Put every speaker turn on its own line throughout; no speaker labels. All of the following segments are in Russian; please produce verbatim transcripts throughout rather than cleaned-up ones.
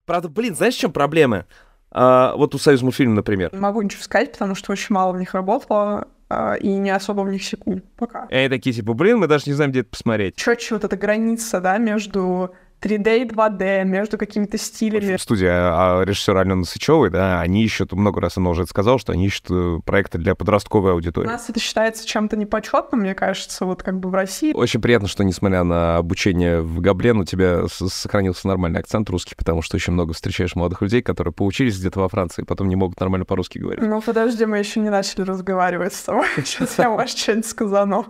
Правда, блин, знаешь, в чем проблема? А, вот у Союзмультфильма, например.
Не могу ничего сказать, потому что очень мало в них работало, а, и не особо в них секу пока.
И они такие, типа, блин, мы даже не знаем, где это посмотреть.
Чётче вот эта граница, да, между три дэ и два дэ, между какими-то стилями.
Студия а, режиссера Алены Сычевой, да, они ищут, много раз она уже это сказала, что они ищут э, проекты для подростковой аудитории.
У нас это считается чем-то непочетным, мне кажется, вот как бы в России.
Очень приятно, что, несмотря на обучение в Гоблен, у тебя с- сохранился нормальный акцент русский, потому что очень много встречаешь молодых людей, которые поучились где-то во Франции, потом не могут нормально по-русски говорить.
Ну, подожди, мы еще не начали разговаривать с тобой. Сейчас я, может, что-нибудь сказану.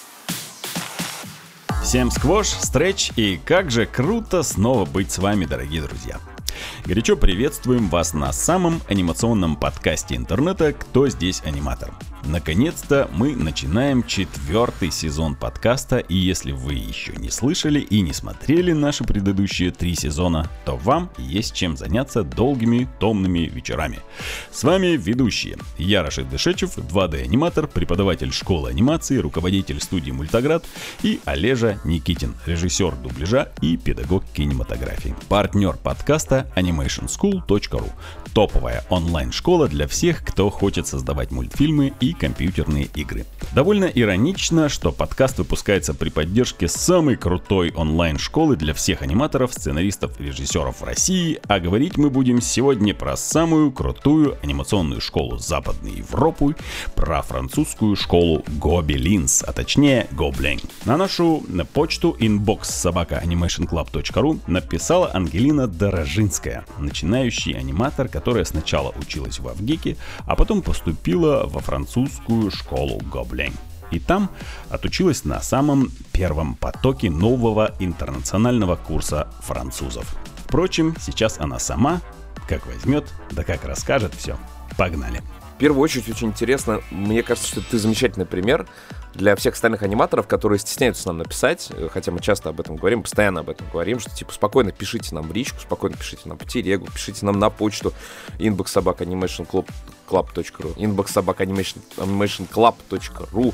Всем сквош, стретч и как же круто снова быть с вами, дорогие друзья. Горячо приветствуем вас на самом анимационном подкасте интернета «Кто здесь аниматор?». Наконец-то мы начинаем четвертый сезон подкаста, и если вы еще не слышали и не смотрели наши предыдущие три сезона, то вам есть чем заняться долгими томными вечерами. С вами ведущие: я, Рашид Дышечев, два дэ-аниматор, преподаватель школы анимации, руководитель студии Мультаград, и Олежа Никитин, режиссер дубляжа и педагог кинематографии. Партнер подкаста анимейшн скул точка ру. Топовая онлайн-школа для всех, кто хочет создавать мультфильмы и компьютерные игры. Довольно иронично, что подкаст выпускается при поддержке самой крутой онлайн-школы для всех аниматоров, сценаристов и режиссеров в России, а говорить мы будем сегодня про самую крутую анимационную школу Западной Европы, про французскую школу Gobelins, а точнее Гоблин. На нашу на почту инбокс собака анимейшн клаб точка ру написала Ангелина Дорожинская, начинающий аниматор, которая сначала училась в Авгике, а потом поступила во французскую школу Гоблин. И там отучилась на самом первом потоке нового интернационального курса французов. Впрочем, сейчас она сама как возьмет, да как расскажет все. Погнали.
В первую очередь, очень интересно, мне кажется, что ты замечательный пример для всех остальных аниматоров, которые стесняются нам написать, хотя мы часто об этом говорим, постоянно об этом говорим, что типа спокойно пишите нам в личку, спокойно пишите нам по телегу, пишите нам на почту инбокс собака анимейшн клаб точка ру, инбокс собака анимейшн клаб точка ру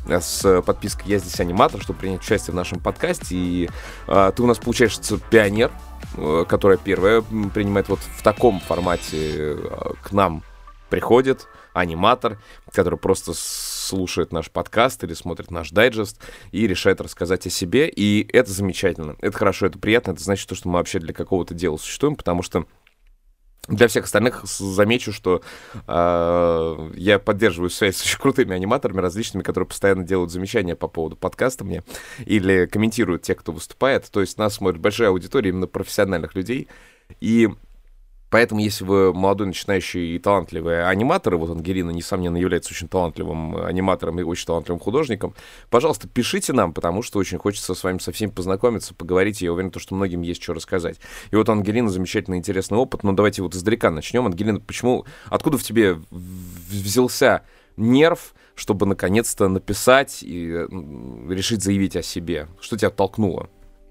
с подпиской «Я здесь аниматор», чтобы принять участие в нашем подкасте. И а, ты у нас, получаешься, пионер, которая первая принимает вот в таком формате к нам приходит аниматор, который просто слушает наш подкаст или смотрит наш дайджест и решает рассказать о себе. И это замечательно, это хорошо, это приятно, это значит, что мы вообще для какого-то дела существуем, потому что для всех остальных замечу, что э, я поддерживаю связь с очень крутыми аниматорами различными, которые постоянно делают замечания по поводу подкаста мне или комментируют те, кто выступает. То есть нас смотрит большая аудитория именно профессиональных людей. И поэтому, если вы молодой, начинающий и талантливый аниматор, и вот Ангелина, несомненно, является очень талантливым аниматором и очень талантливым художником, пожалуйста, пишите нам, потому что очень хочется с вами со всеми познакомиться, поговорить, и я уверен, что многим есть что рассказать. И вот Ангелина, замечательный, интересный опыт, но давайте вот издалека начнем. Ангелина, почему, откуда в тебе взялся нерв, чтобы наконец-то написать и решить заявить о себе? Что тебя толкнуло?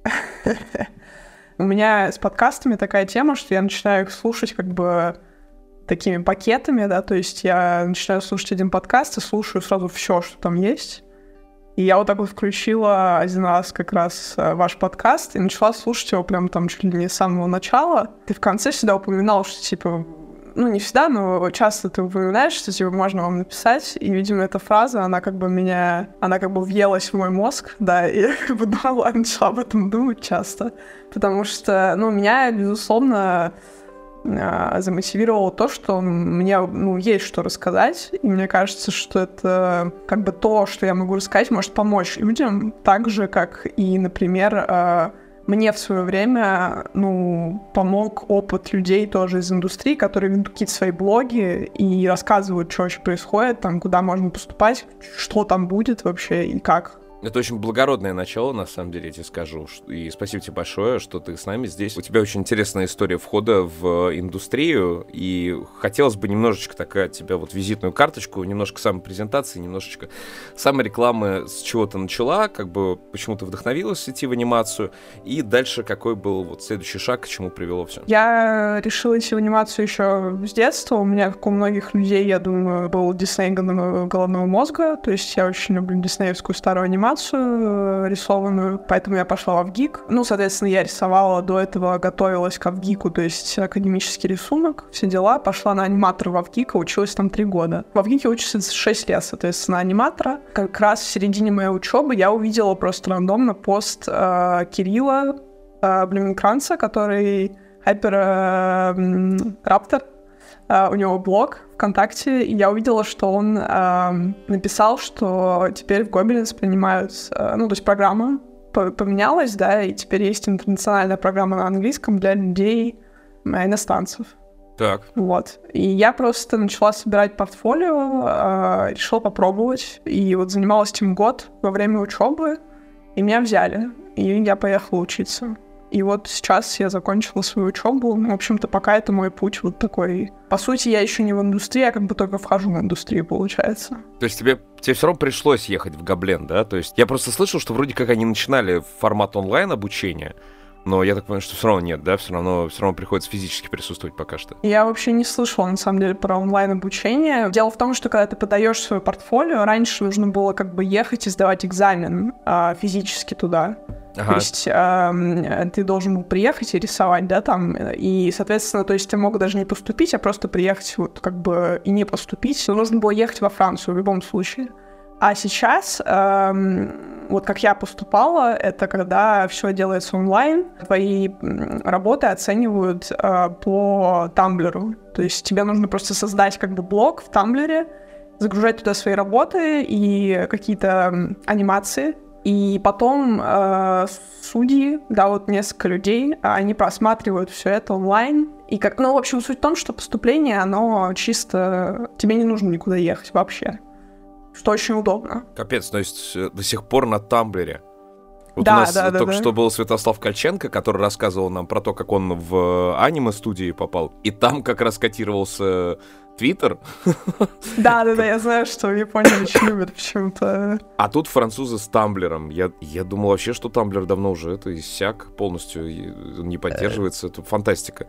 У меня с подкастами такая тема, что я начинаю их слушать как бы такими пакетами, да, то есть я начинаю слушать один подкаст и слушаю сразу все, что там есть. И я вот так вот включила один раз как раз ваш подкаст и начала слушать его прям там чуть ли не с самого начала. Ты в конце всегда упоминал, что типа, ну не всегда, но часто ты упоминаешь, что типа можно вам написать, и, видимо, эта фраза, она как бы меня, она как бы въелась в мой мозг, да, и я как бы думала, начала об этом думать часто, потому что, ну, меня, безусловно, замотивировало то, что мне, ну, есть что рассказать, и мне кажется, что это как бы то, что я могу рассказать, может помочь людям, так же, как и, например, мне в свое время, ну, помог опыт людей тоже из индустрии, которые ведут какие-то свои блоги и рассказывают, что вообще происходит, там, куда можно поступать, что там будет вообще и как.
Это очень благородное начало, на самом деле, я тебе скажу. И спасибо тебе большое, что ты с нами здесь. У тебя очень интересная история входа в индустрию, и хотелось бы немножечко такая тебя вот визитную карточку, немножко самопрезентации, немножечко саморекламы, с чего ты начала, как бы почему ты вдохновилась идти в анимацию, и дальше какой был вот следующий шаг, к чему привело все.
Я решила идти в анимацию еще с детства. У меня, как у многих людей, я думаю, был Дисней головного мозга, то есть я очень люблю диснеевскую старую анимацию. анимацию рисованную, поэтому я пошла в ВГИК. Ну, соответственно, я рисовала до этого, готовилась к ВГИКу, то есть академический рисунок, все дела. Пошла на аниматора в ВГИКа, училась там три года. В ВГИКе учится шесть лет, соответственно, аниматора. Как раз в середине моей учебы я увидела просто рандомно пост э, Кирилла э, Блюменкранца, который хайпер-раптор. Uh, у него блог ВКонтакте, и я увидела, что он uh, написал, что теперь в Gobelins принимают, uh, ну, то есть программа поменялась, да, и теперь есть интернациональная программа на английском для людей, иностранцев.
Так.
Вот. И я просто начала собирать портфолио, uh, решила попробовать, и вот занималась этим год во время учебы, и меня взяли, и я поехала учиться. И вот сейчас я закончила свою учебу. В общем-то, пока это мой путь вот такой. По сути, я еще не в индустрии, я как бы только вхожу в индустрию, получается.
То есть тебе, тебе все равно пришлось ехать в Гоблен, да? То есть я просто слышал, что вроде как они начинали формат онлайн-обучения, но я так понимаю, что все равно нет, да? Все равно, все равно приходится физически присутствовать пока что.
Я вообще не слышала, на самом деле, про онлайн-обучение. Дело в том, что когда ты подаешь свое портфолио, раньше нужно было как бы ехать и сдавать экзамен а, физически туда. Ага. То есть э, ты должен был приехать и рисовать, да, там, и, соответственно, то есть ты мог даже не поступить, а просто приехать вот как бы и не поступить, но нужно было ехать во Францию в любом случае. А сейчас, э, вот как я поступала, это когда все делается онлайн, твои работы оценивают э, по Тамблеру, то есть тебе нужно просто создать как бы блог в Тамблере, загружать туда свои работы и какие-то анимации. И потом э, судьи, да, вот несколько людей, они просматривают все это онлайн. И как, ну, в общем, суть в том, что поступление, оно чисто... Тебе не нужно никуда ехать вообще. Что очень удобно.
Капец, то есть до сих пор на Тамблере. Вот
да,
у нас
да, да,
только
да.
что был Святослав Кольченко, который рассказывал нам про то, как он в аниме-студии попал. И там как раз котировался Твиттер.
Да-да-да, я знаю, что в Японии очень любят почему-то.
А тут французы с Тамблером. Я, я думал вообще, что Тамблер давно уже это иссяк полностью, не поддерживается. Это фантастика.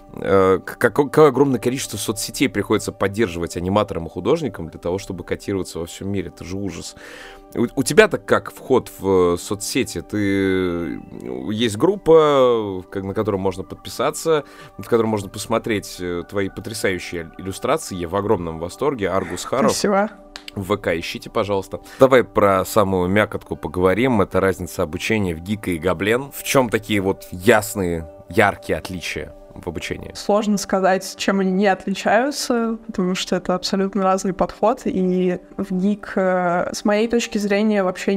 Какое огромное количество соцсетей приходится поддерживать аниматорам и художникам для того, чтобы котироваться во всем мире. Это же ужас. У, у тебя-то как вход в соцсети? Ты... Есть группа, на которую можно подписаться, в которой можно посмотреть твои потрясающие иллюстрации. Я в огромном восторге. Аргус Харов.
Спасибо.
В ВК ищите, пожалуйста. Давай про самую мякотку поговорим. Это разница обучения в ГИКа и Гоблен. В чем такие вот ясные, яркие отличия в обучении?
Сложно сказать, чем они не отличаются, потому что это абсолютно разный подход, и в ГИК, с моей точки зрения, вообще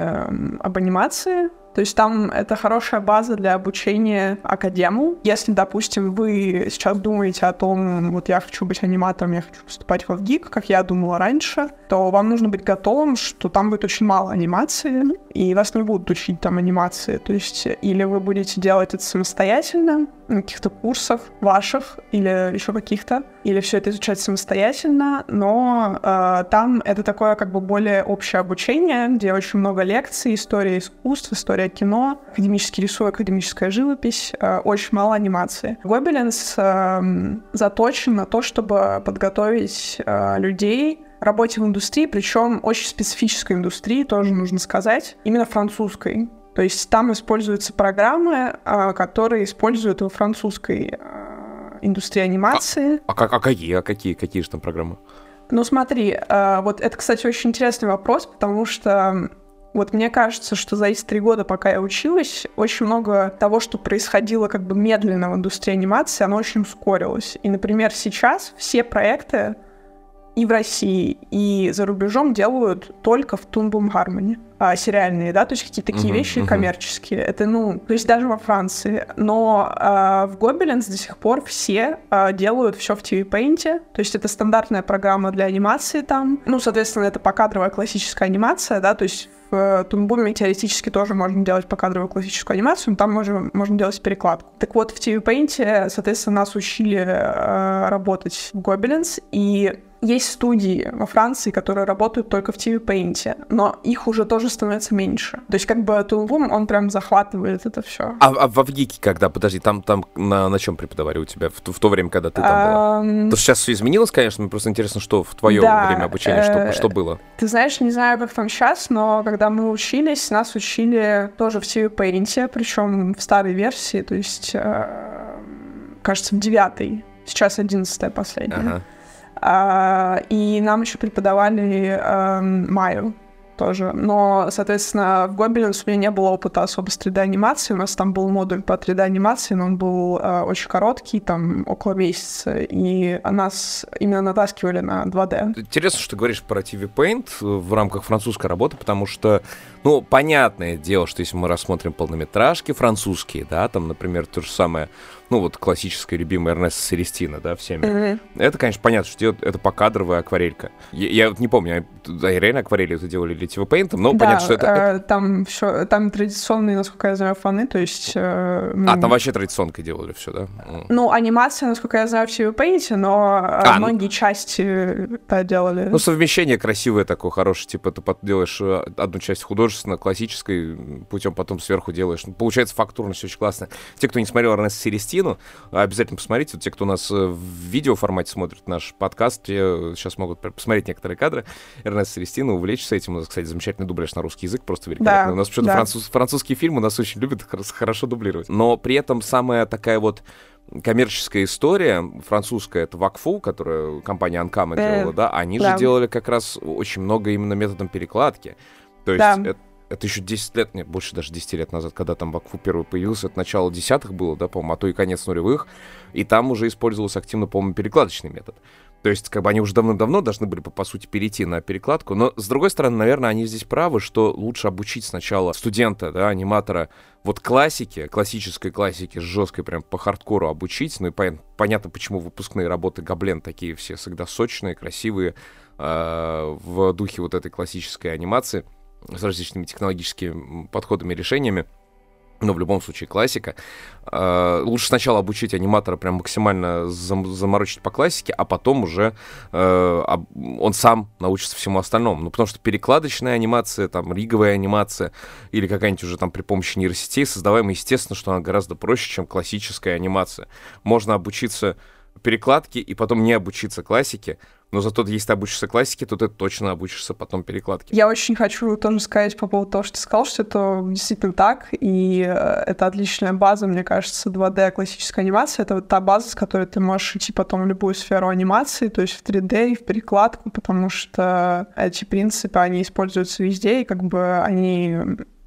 не об анимации. То есть там это хорошая база для обучения академу. Если, допустим, вы сейчас думаете о том, вот я хочу быть аниматором, я хочу поступать в ГИК, как я думала раньше, то вам нужно быть готовым, что там будет очень мало анимации, и вас не будут учить там анимации. То есть или вы будете делать это самостоятельно, на каких-то курсах ваших или еще каких-то, или все это изучать самостоятельно, но э, там это такое как бы более общее обучение, где очень много лекций, история искусств, история кино, академический рисунок, академическая живопись, э, очень мало анимации. Gobelins э, заточен на то, чтобы подготовить э, людей к работе в индустрии, причем очень специфической индустрии, тоже нужно сказать, именно французской. То есть там используются программы, которые используют во французской индустрии анимации.
А, а, а какие? А какие? Какие же там программы?
Ну смотри, вот это, кстати, очень интересный вопрос, потому что вот мне кажется, что за эти три года, пока я училась, очень много того, что происходило как бы медленно в индустрии анимации, оно очень ускорилось. И, например, сейчас все проекты и в России, и за рубежом делают только в Toon Boom Harmony. А, сериальные, да, то есть какие-то такие uh-huh, вещи uh-huh. коммерческие. Это, ну, то есть даже во Франции. Но а, в Gobelins до сих пор все а, делают все в ти ви Paint. То есть это стандартная программа для анимации там. Ну, соответственно, это покадровая классическая анимация, да, то есть в Toon Boom теоретически тоже можно делать покадровую классическую анимацию, но там можно, можно делать перекладку. Так вот, в ти ви Paint, соответственно, нас учили а, работать в Gobelins, и есть студии во Франции, которые работают только в ти ви Paint, но их уже тоже становится меньше. То есть как бы Toon Boom, он прям захватывает это все.
А, а во ВГИКе когда? Подожди, там, там на, на чем преподавали у тебя в, в то время, когда ты там была? Um... То сейчас все изменилось, конечно, мне просто интересно, что в твое
да,
время обучения, что, что было?
Ты знаешь, не знаю, как там сейчас, но когда мы учились, нас учили тоже в ти ви Paint, причем в старой версии, то есть, э, кажется, в девятой, сейчас одиннадцатая последняя. Ага. Uh, и нам еще преподавали uh, Майю тоже. Но, соответственно, в Gobelins у меня не было опыта особо с три дэ-анимацией. У нас там был модуль по три дэ-анимации, но он был uh, очень короткий, там около месяца. И нас именно натаскивали на два дэ.
Интересно, что ты говоришь про ти ви Paint в рамках французской работы, потому что, ну, понятное дело, что если мы рассмотрим полнометражки французские, да, там, например, то же самое, ну, вот классическая любимая Эрнеста Селестина, да, всеми. Mm-hmm. Это, конечно, понятно, что делать, это покадровая акварелька. Я, я вот не помню, а реально акварели это делали или ти ви Paint, но да, понятно, что это...
Э, там все, там традиционные, насколько я знаю, фоны, то есть... Э, ну,
а, там вообще традиционкой делали все, да?
Ну, анимация, насколько я знаю, в ти ви Paint, но а, многие ну... части да, делали.
Ну, совмещение красивое такое, хорошее, типа ты делаешь одну часть художественно, классической, путем потом сверху делаешь. Ну, получается фактурно все очень классно. Те, кто не смотрел Эрнеста Селестина, обязательно посмотрите. Вот те, кто у нас в видеоформате смотрит наш подкаст, те сейчас могут посмотреть некоторые кадры Эрнеста Селестина, увлечься этим. У нас, кстати, замечательный дубляж на русский язык, просто великолепный. Да, у нас почему-то да. француз, французские фильмы у нас очень любят хорошо дублировать. Но при этом самая такая вот коммерческая история французская, это Вакфу, которую компания Анкама э, делала, да, они да. же делали как раз очень много именно методом перекладки. То есть да. это Это еще десять лет, нет, больше даже десять лет назад, когда там Вакфу первый появился, это начало десятых было, да, по-моему, а то и конец нулевых, и там уже использовался активно, по-моему, перекладочный метод. То есть, как бы они уже давно-давно должны были, по сути, перейти на перекладку, но, с другой стороны, наверное, они здесь правы, что лучше обучить сначала студента, да, аниматора, вот классике, классической классике, жесткой прям по хардкору обучить, ну и пон- понятно, почему выпускные работы Гоблен такие все всегда сочные, красивые, э- в духе вот этой классической анимации, с различными технологическими подходами и решениями, но в любом случае классика. Э, лучше сначала обучить аниматора прям максимально зам- заморочить по классике, а потом уже э, он сам научится всему остальному. Ну, потому что перекладочная анимация, там, риговая анимация или какая-нибудь уже там при помощи нейросетей создаваемая, естественно, что она гораздо проще, чем классическая анимация. Можно обучиться перекладке и потом не обучиться классике, но зато если ты обучишься классике, то ты точно обучишься потом перекладке.
Я очень хочу тоже сказать по поводу того, что ты сказал, что это действительно так, и это отличная база, мне кажется, два дэ классическая анимация. Это вот та база, с которой ты можешь идти потом в любую сферу анимации, то есть в три дэ и в перекладку, потому что эти принципы, они используются везде, и как бы они...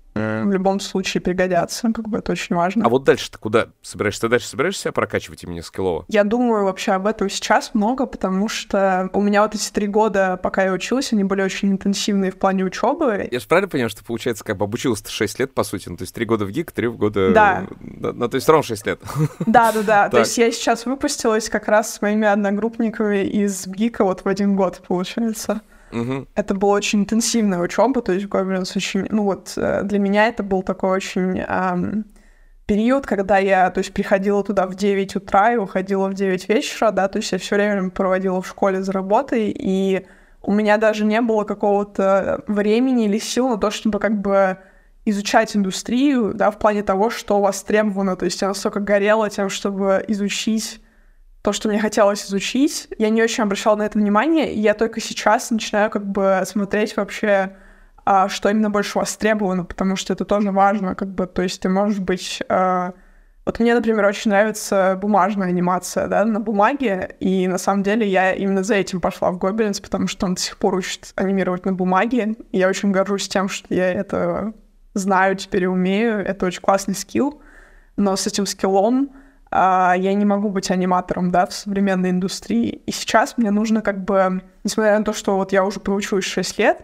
в любом случае пригодятся, как бы это очень важно.
А вот дальше ты куда собираешься? Ты дальше собираешься себя прокачивать именно скиллово?
Я думаю вообще об этом сейчас много, потому что у меня вот эти три года, пока я училась, они были очень интенсивные в плане учебы.
Я же правильно понимаю, что получается, как бы обучилась ты шесть лет, по сути, ну, то есть три года в ГИК, три года...
Да.
Ну, то есть ровно шесть лет.
Да-да-да, то есть я сейчас выпустилась как раз с моими одногруппниками из ГИКа вот в один год, получается.
Угу.
Это была очень интенсивная учеба, то есть Gobelins очень, ну вот для меня это был такой очень эм, период, когда я, то есть приходила туда в девять утра и уходила в девять вечера, да, то есть я все время проводила в школе за работой, и у меня даже не было какого-то времени или сил на то, чтобы как бы изучать индустрию, да, в плане того, что востребовано, то есть я настолько горела тем, чтобы изучить то, что мне хотелось изучить, я не очень обращала на это внимание, и я только сейчас начинаю как бы смотреть вообще, а, что именно больше востребовано, потому что это тоже важно, как бы, то есть ты можешь быть... А... Вот мне, например, очень нравится бумажная анимация, да, на бумаге, и на самом деле я именно за этим пошла в Gobelins, потому что он до сих пор учит анимировать на бумаге, и я очень горжусь тем, что я это знаю, теперь и умею, это очень классный скилл, но с этим скиллом Uh, я не могу быть аниматором, да, в современной индустрии. И сейчас мне нужно как бы, несмотря на то, что вот я уже проучусь шесть лет,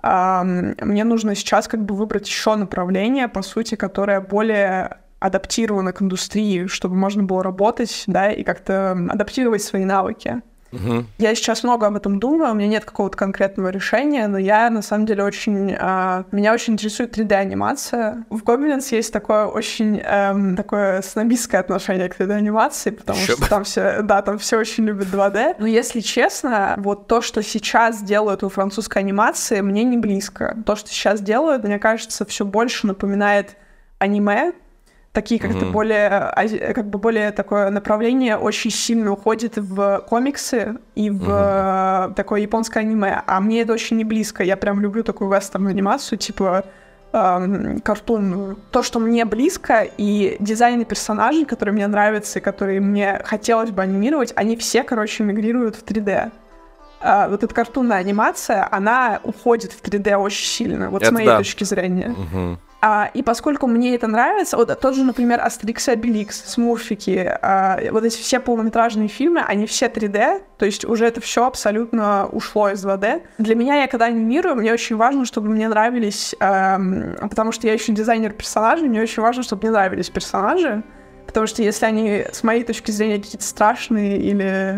uh, мне нужно сейчас как бы выбрать еще направление, по сути, которое более адаптировано к индустрии, чтобы можно было работать, да, и как-то адаптировать свои навыки.
Угу.
Я сейчас много об этом думаю, у меня нет какого-то конкретного решения, но я, на самом деле, очень... А, меня очень интересует три дэ-анимация. В Gobelins есть такое очень эм, такое снобистское отношение к три дэ-анимации, потому Еще что там все, да, там все очень любят два дэ. Но если честно, вот то, что сейчас делают у французской анимации, мне не близко. То, что сейчас делают, мне кажется, все больше напоминает аниме. Такие как-то mm-hmm. более, как бы более такое направление очень сильно уходит в комиксы и в mm-hmm. такое японское аниме. А мне это очень не близко. Я прям люблю такую вестерн анимацию, типа эм, картунную. То, что мне близко, и дизайны персонажей, которые мне нравятся и которые мне хотелось бы анимировать, они все, короче, мигрируют в три дэ. Uh, вот эта картунная анимация, она уходит в три дэ очень сильно, вот это с моей да. точки зрения.
Uh-huh.
Uh, и поскольку мне это нравится, вот тот же, например, Астерикс и Обеликс, Смурфики, uh, вот эти все полнометражные фильмы, они все три дэ, то есть уже это все абсолютно ушло из два дэ. Для меня, я когда анимирую, мне очень важно, чтобы мне нравились, uh, потому что я еще дизайнер персонажей, мне очень важно, чтобы мне нравились персонажи, потому что если они, с моей точки зрения, какие-то страшные или...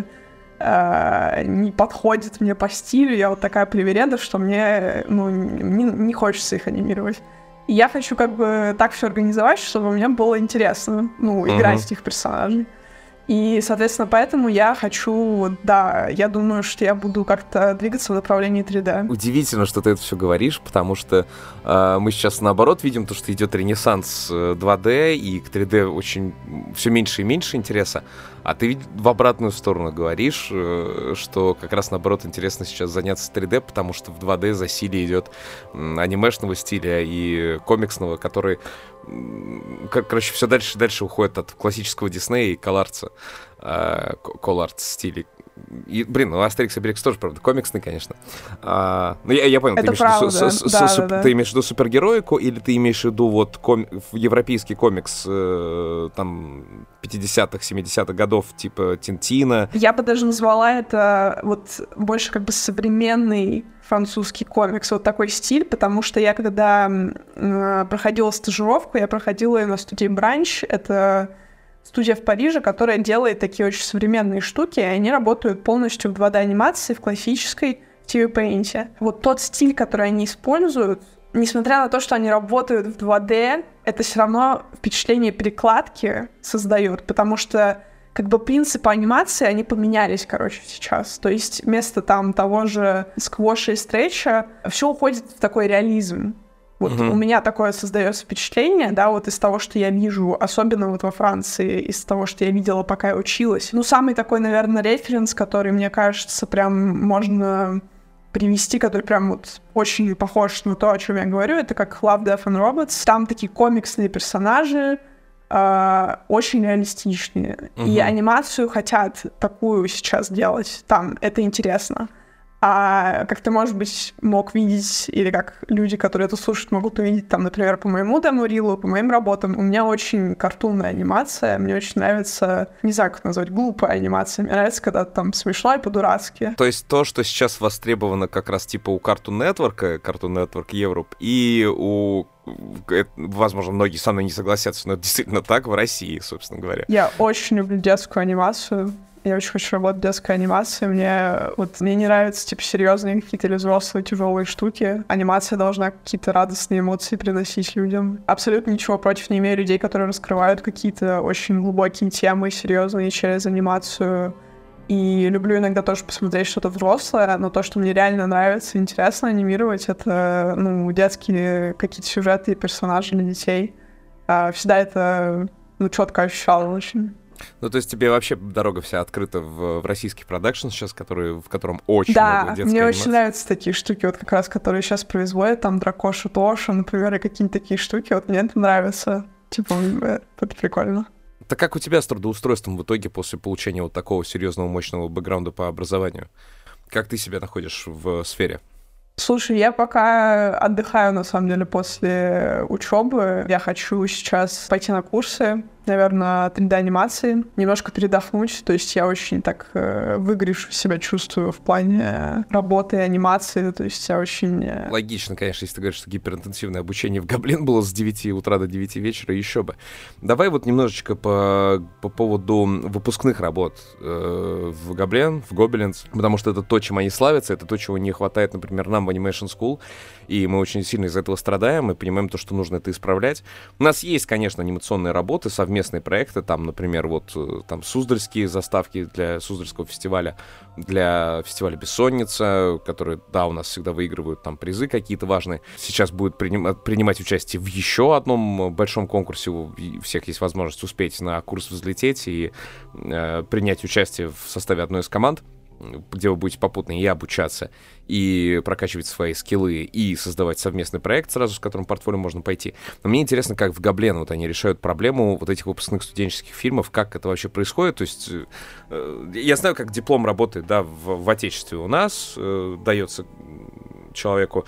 Uh, не подходит мне по стилю, я вот такая привереда, что мне ну, не, не хочется их анимировать. И я хочу как бы так все организовать, чтобы мне было интересно, ну, играть uh-huh. этих персонажей. И, соответственно, поэтому я хочу, да, я думаю, что я буду как-то двигаться в направлении три дэ.
Удивительно, что ты это все говоришь, потому что э, мы сейчас, наоборот, видим то, что идет ренессанс два дэ, и к три дэ очень все меньше и меньше интереса. А ты в обратную сторону говоришь, э, что как раз, наоборот, интересно сейчас заняться три дэ, потому что в два дэ засилие идет э, анимешного стиля и комиксного, который... Короче, все дальше и дальше уходит от классического Диснея и колларца, колларц стилей. И, блин, ну Астерикс и Обеликс тоже, правда, комиксный, конечно. А, ну, я, я понял,
это
ты имеешь,
правда.
С, с,
да,
с,
да, да.
ты имеешь в виду супергероику, или ты имеешь в виду вот ком, европейский комикс э, там пятидесятых, семидесятых годов, типа Тинтина?
Я бы даже назвала это вот больше как бы современный французский комикс, вот такой стиль, потому что я когда э, проходила стажировку, я проходила ее на студии Бранч, это студия в Париже, которая делает такие очень современные штуки, и они работают полностью в два дэ-анимации, в классической ти ви Paint. Вот тот стиль, который они используют, несмотря на то, что они работают в два дэ, это все равно впечатление перекладки создает, потому что как бы принципы анимации, они поменялись, короче, сейчас. То есть вместо там того же сквоша и стреча все уходит в такой реализм. Вот mm-hmm. у меня такое создается впечатление, да, вот из того, что я вижу, особенно вот во Франции, из того, что я видела, пока я училась. Ну, самый такой, наверное, референс, который, мне кажется, прям можно привести, который прям вот очень похож на то, о чем я говорю, это как Love, Death and Robots. Там такие комиксные персонажи, Uh, очень реалистичные. Uh-huh. И анимацию хотят такую сейчас делать. Там это интересно. А как ты, может быть, мог видеть, или как люди, которые это слушают, могут увидеть, там, например, по моему демо-рилу, по моим работам, у меня очень картунная анимация, мне очень нравится, не знаю, как назвать, глупая анимация. Мне нравится, когда там смешно и по-дурацки.
То есть то, что сейчас востребовано как раз типа у Cartoon Network, Cartoon Network Europe, и у... Возможно, многие со мной не согласятся, но это действительно так в России, собственно говоря.
Я очень люблю детскую анимацию. Я очень хочу работать в детской анимации. Мне, вот, мне не нравятся типа серьезные какие-то или взрослые тяжелые штуки. Анимация должна какие-то радостные эмоции приносить людям. Абсолютно ничего против не имею людей, которые раскрывают какие-то очень глубокие темы, серьезные через анимацию. И люблю иногда тоже посмотреть что-то взрослое, но то, что мне реально нравится, интересно анимировать, это, ну, детские какие-то сюжеты и персонажи для детей. Всегда это, ну, четко ощущала очень.
Ну, то есть тебе вообще дорога вся открыта в, в российский продакшн сейчас, который, в котором очень
да,
много детской
мне
анимации.
Очень нравятся такие штуки, вот как раз, которые сейчас производят, там, Дракоша Тоша, например, и какие-то такие штуки, вот мне это нравится. Типа, это прикольно.
Так как у тебя с трудоустройством в итоге после получения вот такого серьезного, мощного бэкграунда по образованию? Как ты себя находишь в сфере?
Слушай, я пока отдыхаю, на самом деле, после учебы. Я хочу сейчас пойти на курсы наверное, три дэ-анимации, немножко передохнуть, то есть я очень так э, выгоревшую себя чувствую в плане работы, анимации, то есть я очень... Э...
Логично, конечно, если ты говоришь, что гиперинтенсивное обучение в Гоблин было с девяти утра до девяти вечера, еще бы. Давай вот немножечко по, по поводу выпускных работ э, в Гоблин, в Гобелинс, потому что это то, чем они славятся, это то, чего не хватает, например, нам в Animation School, и мы очень сильно из-за этого страдаем, и понимаем то, что нужно это исправлять. У нас есть, конечно, анимационные работы, совместные проекты, там, например, вот там Суздальские заставки для Суздальского фестиваля, для фестиваля «Бессонница», которые, да, у нас всегда выигрывают там призы какие-то важные. Сейчас будет приним- принимать участие в еще одном большом конкурсе, у всех есть возможность успеть на курс взлететь и э, принять участие в составе одной из команд, где вы будете попутно и обучаться, и прокачивать свои скиллы, и создавать совместный проект сразу, с которым портфолио можно пойти. Но мне интересно, как в Гоблин вот они решают проблему вот этих выпускных студенческих фильмов, как это вообще происходит. То есть э, я знаю, как диплом работает, да, в, в отечестве у нас, э, дается человеку,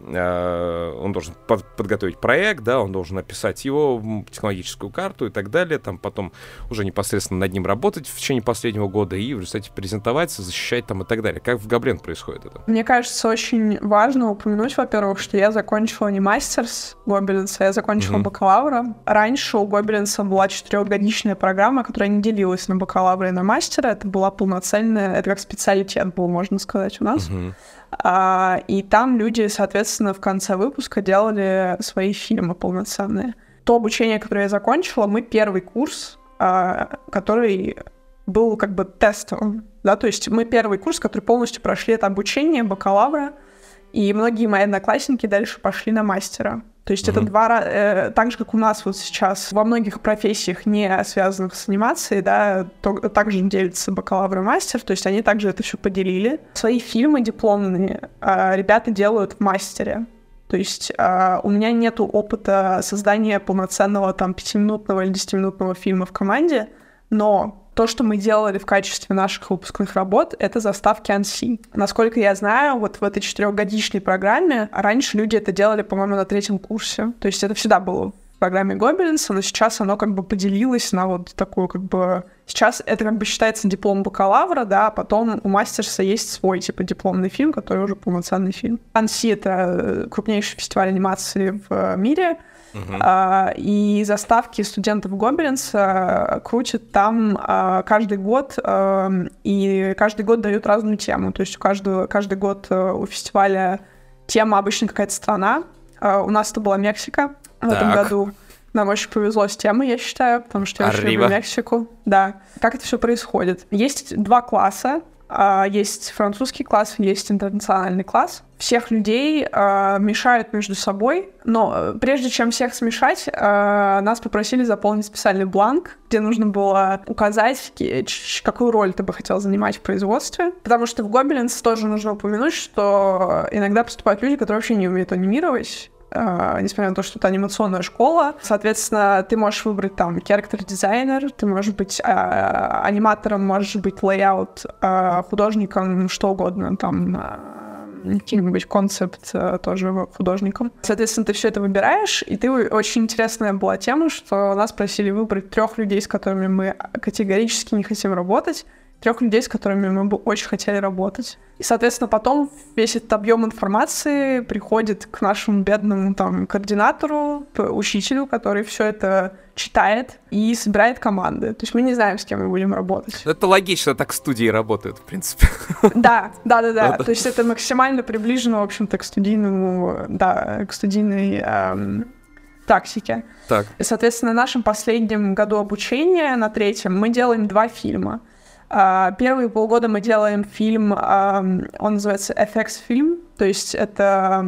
э, он должен под, подготовить проект, да, он должен написать его, технологическую карту и так далее, там потом уже непосредственно над ним работать в течение последнего года и в результате презентовать, защищать там и так далее. Как в Гоблин происходит это?
Мне кажется, очень важно упомянуть, во-первых, что я закончила не мастерс Гобелинса, я закончила mm-hmm. бакалавра. Раньше у Гобелинса была четырехгодичная программа, которая не делилась на бакалавра и на мастера, это была полноценная, это как специалитет был, можно сказать, у нас. Mm-hmm. А, и там люди, соответственно, в конце выпуска делали свои фильмы полноценные. То обучение, которое я закончила, мы первый курс, а, который был как бы тестовым, да, то есть мы первый курс, который полностью прошли это обучение бакалавра, и многие мои одноклассники дальше пошли на мастера. То есть mm-hmm. это два раза, э, так же, как у нас вот сейчас во многих профессиях, не связанных с анимацией, да, то, также делится бакалавр и мастер, то есть они также это все поделили. Свои фильмы дипломные э, ребята делают в мастере. То есть э, у меня нету опыта создания полноценного там пятиминутного или десятиминутного фильма в команде, но то, что мы делали в качестве наших выпускных работ, это заставки эй эн си. Насколько я знаю, вот в этой четырехгодичной программе раньше люди это делали, по-моему, на третьем курсе. То есть это всегда было в программе Гобелинса, но сейчас оно как бы поделилось на вот такую как бы... Сейчас это как бы считается диплом бакалавра, да, а потом у мастерса есть свой типа дипломный фильм, который уже полноценный фильм. эй эн си — это крупнейший фестиваль анимации в мире, Uh-huh. А, и заставки студентов Гобелинса крутят там а, каждый год, а, и каждый год дают разную тему. То есть у каждого, каждый год а, у фестиваля тема обычно какая-то страна. А, у нас это была Мексика в так. этом году. Нам очень повезло с темой, я считаю, потому что я очень люблю Мексику. Да. Как это все происходит? Есть два класса. Uh, есть французский класс, есть интернациональный класс. Всех людей uh, мешают между собой, но прежде чем всех смешать, uh, нас попросили заполнить специальный бланк, где нужно было указать, какую роль ты бы хотел занимать в производстве. Потому что в Гобелинс тоже нужно упомянуть, что иногда поступают люди, которые вообще не умеют анимировать. Uh, несмотря на то, что это анимационная школа. Соответственно, ты можешь выбрать там character-дизайнер, ты можешь быть uh, аниматором, можешь быть лейаут, uh, художником, что угодно, там uh, каким-нибудь концепт uh, тоже художником. Соответственно, ты все это выбираешь, и ты очень интересная была тема, что нас просили выбрать трех людей, с которыми мы категорически не хотим работать, трех людей, с которыми мы бы очень хотели работать. И, соответственно, потом весь этот объем информации приходит к нашему бедному там координатору, учителю, который все это читает и собирает команды. То есть мы не знаем, с кем мы будем работать.
Это логично, так студии работают, в принципе.
Да, да, да, да. То есть это максимально приближено, в общем-то, к студийному, да, к студийной эм, тактике.
Так.
И, соответственно, в нашем последнем году обучения, на третьем, мы делаем два фильма. Uh, первые полгода мы делаем фильм, uh, он называется эф икс-фильм, то есть это,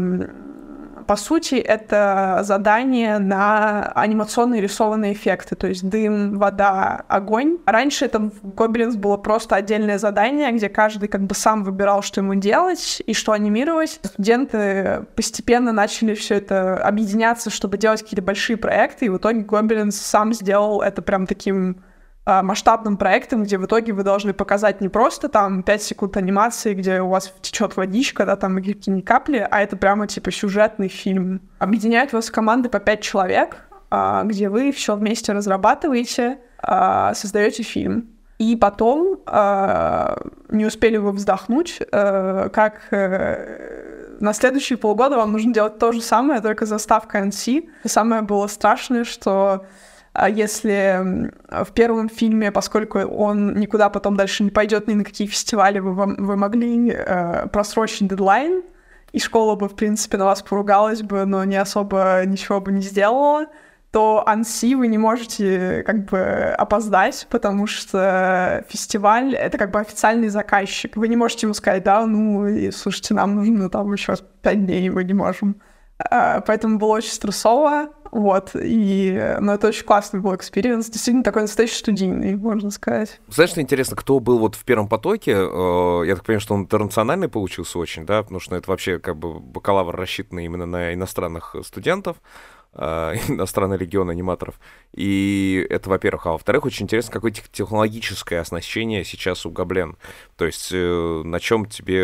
um, по сути, это задание на анимационные рисованные эффекты, то есть дым, вода, огонь. Раньше это в Гобелинс было просто отдельное задание, где каждый как бы сам выбирал, что ему делать и что анимировать. Студенты постепенно начали все это объединяться, чтобы делать какие-то большие проекты, и в итоге Гобелинс сам сделал это прям таким масштабным проектом, где в итоге вы должны показать не просто там пять секунд анимации, где у вас течет водичка, да, там какие-нибудь капли, а это прямо типа сюжетный фильм. Объединяют вас в команды по пять человек, а, где вы все вместе разрабатываете, а, создаете фильм. И потом а, не успели вы вздохнуть, а, как а, на следующие полгода вам нужно делать то же самое, только заставка эн си. И самое было страшное, что а, если в первом фильме, поскольку он никуда потом дальше не пойдет, ни на какие фестивали, вы, вы могли а, просрочить дедлайн, и школа бы, в принципе, на вас поругалась бы, но не особо ничего бы не сделала, то эн си вы не можете как бы опоздать, потому что фестиваль — это как бы официальный заказчик. Вы не можете ему сказать, да, ну, и, слушайте, нам нужно там еще пять дней, мы не можем. А, поэтому было очень стрессово, вот, и, ну, это очень классный был экспириенс, действительно такой настоящий студийный, можно сказать.
Знаешь, что интересно, кто был вот в первом потоке? Я так понимаю, что он интернациональный получился очень, да, потому что это вообще как бы бакалавр, рассчитанный именно на иностранных студентов, иностранный регион аниматоров. И это, во-первых. А во-вторых, очень интересно, какое технологическое оснащение сейчас у Гоблен. То есть э, на чем тебе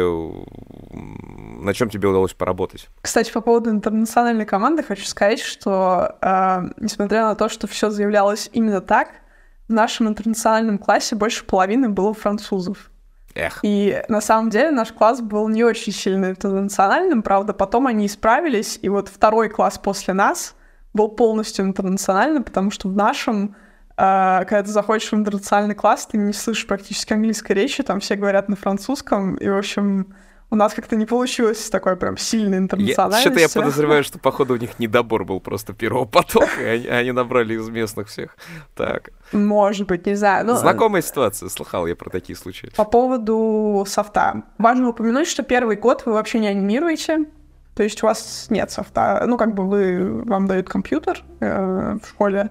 на чем тебе удалось поработать?
Кстати, по поводу интернациональной команды хочу сказать, что э, несмотря на то, что все заявлялось именно так, в нашем интернациональном классе больше половины было французов.
Эх.
И на самом деле наш класс был не очень сильно интернациональным, правда, потом они исправились, и вот второй класс после нас был полностью интернациональным, потому что в нашем, э, когда ты заходишь в интернациональный класс, ты не слышишь практически английской речи, там все говорят на французском, и, в общем, у нас как-то не получилось такой прям сильной интернациональности.
Что-то я подозреваю, что, походу, у них недобор был просто первого потока, и они, они набрали из местных всех. Так.
Может быть, не знаю. Но...
Знакомая ситуация, слыхал я про такие случаи.
По поводу софта. Важно упомянуть, что первый год вы вообще не анимируете, то есть у вас нет софта. Ну, как бы вы, вам дают компьютер э, в школе,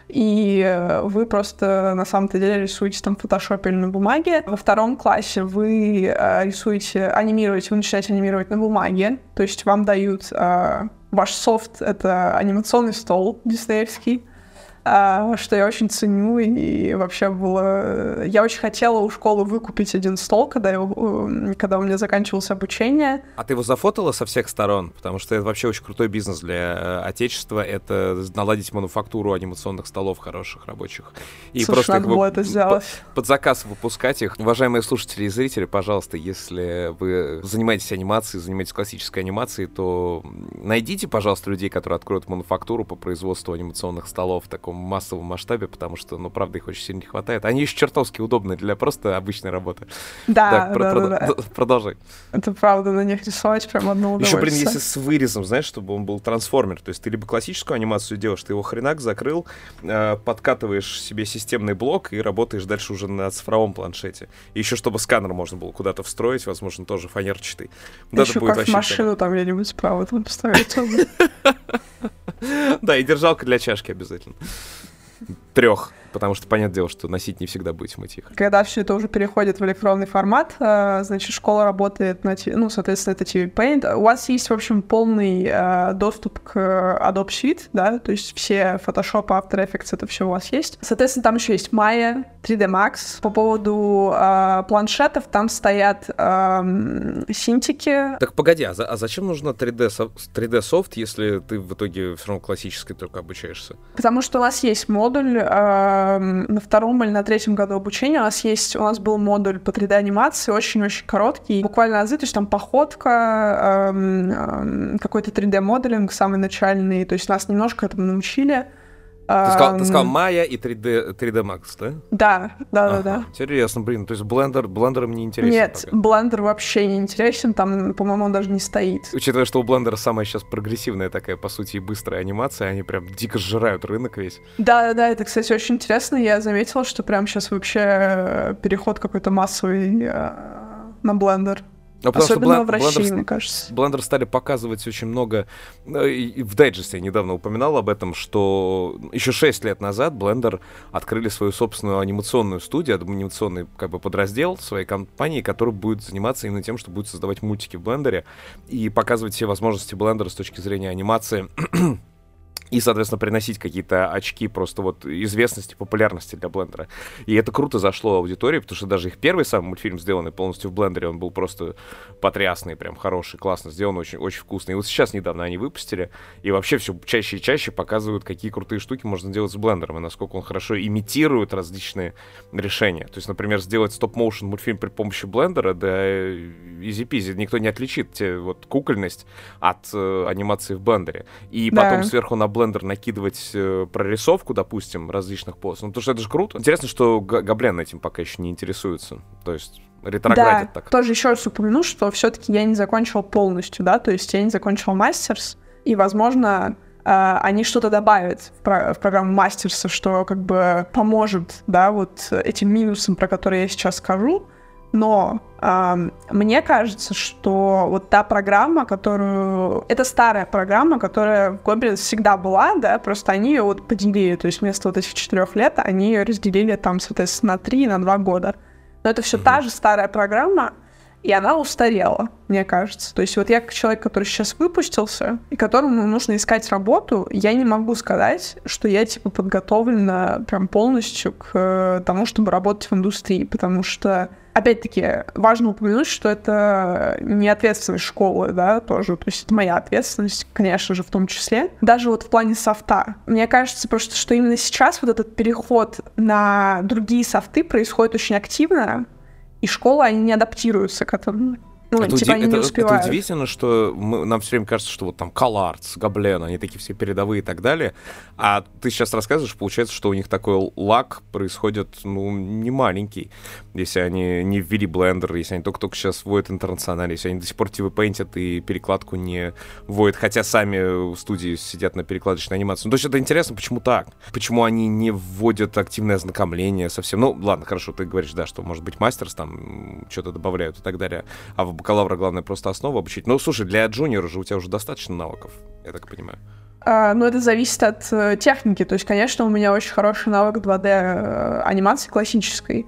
и вы просто на самом-то деле рисуете там в фотошопе или на бумаге. Во втором классе вы э, рисуете, анимируете, вы начинаете анимировать на бумаге, то есть вам дают э, ваш софт, это анимационный стол диснеевский, Uh, что я очень ценю, и вообще было... Я очень хотела у школы выкупить один стол, когда, я, когда у меня заканчивалось обучение.
А ты его зафотала со всех сторон? Потому что это вообще очень крутой бизнес для отечества, это наладить мануфактуру анимационных столов хороших, рабочих. И
Слушай,
просто
надо было это сделать.
Под, под заказ выпускать их. Уважаемые слушатели и зрители, пожалуйста, если вы занимаетесь анимацией, занимаетесь классической анимацией, то найдите, пожалуйста, людей, которые откроют мануфактуру по производству анимационных столов в таком массовом масштабе, потому что, ну, правда, их очень сильно не хватает. Они еще чертовски удобны для просто обычной работы.
Да,
так,
да,
про-
да,
про-
да.
Продолжай.
Это правда, на них рисовать прям одно удовольствие.
Еще, блин, если с вырезом, знаешь, чтобы он был трансформер, то есть ты либо классическую анимацию делаешь, ты его хренак закрыл, э, подкатываешь себе системный блок и работаешь дальше уже на цифровом планшете. И еще, чтобы сканер можно было куда-то встроить, возможно, тоже фанерчатый.
Да, еще кофемашину там где-нибудь справа там поставить.
Да, и держалка для чашки обязательно. Трех, потому что, понятное дело, что носить не всегда будете мыть их.
Когда все это уже переходит в электронный формат, значит, школа работает на, ну, соответственно, это ти ви Paint. У вас есть, в общем, полный э, доступ к Adobe Suite, да, то есть все Photoshop, After Effects, это все у вас есть. Соответственно, там еще есть Maya, три дэ Max. По поводу э, планшетов, там стоят э, синтики.
Так, погоди, а, за, а зачем нужно три дэ, три дэ софт, если ты в итоге все равно классической только обучаешься?
Потому что у нас есть модуль э, на втором или на третьем году обучения. У нас есть, у нас был модуль по три дэ анимации, очень-очень короткий, буквально азы, то есть там походка, э, э, какой-то три дэ моделинг самый начальный, то есть нас немножко этому научили.
Ты сказал, ты сказал Maya и три дэ, три дэ Max, да?
Да, да,
ага,
да, да.
Интересно, блин, то есть Blender, Blender мне интересен.
Нет, пока. Blender вообще не интересен, там, по-моему, он даже не стоит.
Учитывая, что у Blender самая сейчас прогрессивная такая, по сути, и быстрая анимация, они прям дико сжирают рынок весь.
Да, да, да, это, кстати, очень интересно. Я заметила, что прям сейчас вообще переход какой-то массовый э, на Blender.
А
Особенно
что Blend,
в России,
Blender,
мне кажется.
Blender стали показывать очень много. И в дайджесте я недавно упоминал об этом, что еще шесть лет назад Blender открыли свою собственную анимационную студию, анимационный как бы подраздел своей компании, который будет заниматься именно тем, что будет создавать мультики в Blender и показывать все возможности Blender с точки зрения анимации. и, соответственно, приносить какие-то очки просто вот известности, популярности для Блендера. И это круто зашло аудитории, потому что даже их первый самый мультфильм, сделанный полностью в Блендере, он был просто потрясный, прям хороший, классно сделан, очень, очень вкусный. И вот сейчас недавно они выпустили, и вообще все чаще и чаще показывают, какие крутые штуки можно делать с Блендером, и насколько он хорошо имитирует различные решения. То есть, например, сделать стоп-моушен мультфильм при помощи Блендера, да, изи-пизи, никто не отличит те, вот, кукольность от э, анимации в Блендере. И
Да.
потом сверху на Блендер накидывать э, прорисовку, допустим, различных поз. Ну, потому что это же круто. Интересно, что Г- Гоблен этим пока еще не интересуется. То есть ретроградит
Да,
так.
тоже еще раз упомяну, что все-таки я не закончила полностью, да, то есть я не закончила мастерс, и, возможно, э, они что-то добавят в, про- в программу мастерса, что как бы поможет, да, вот этим минусам, про которые я сейчас скажу. Но э, мне кажется, что вот та программа, которую... Это старая программа, которая в Goblins всегда была, да, просто они ее вот поделили. То есть вместо вот этих четырех лет они ее разделили там, соответственно, на три, на два года. Но это все mm-hmm. та же старая программа, и она устарела, мне кажется. То есть вот я как человек, который сейчас выпустился, и которому нужно искать работу, я не могу сказать, что я, типа, подготовлена прям полностью к тому, чтобы работать в индустрии, потому что, опять-таки, важно упомянуть, что это не ответственность школы, да, тоже, то есть это моя ответственность, конечно же, в том числе. Даже вот в плане софта. Мне кажется просто, что именно сейчас вот этот переход на другие софты происходит очень активно, и школы, они не адаптируются к этому. Ну,
это,
типа,
уди-
они
это,
не успевают.
это удивительно, что мы, нам все время кажется, что вот там CalArts, Гоблен, они такие все передовые и так далее. А ты сейчас рассказываешь, получается, что у них такой лаг происходит, ну, не маленький. Если они не ввели Blender, если они только-только сейчас вводят интернациональ, если они до сих пор ти ви пейнтят и перекладку не вводят, хотя сами в студии сидят на перекладочной анимации. Ну, то есть это интересно, почему так? Почему они не вводят активное ознакомление совсем? Ну, ладно, хорошо, ты говоришь, да, что, может быть, мастерс там что-то добавляют и так далее, а в бакалавра главное просто основу обучить. Ну, слушай, для джуниора же у тебя уже достаточно навыков, я так понимаю.
А, ну, это зависит от э, техники. То есть, конечно, у меня очень хороший навык два дэ э, анимации классической.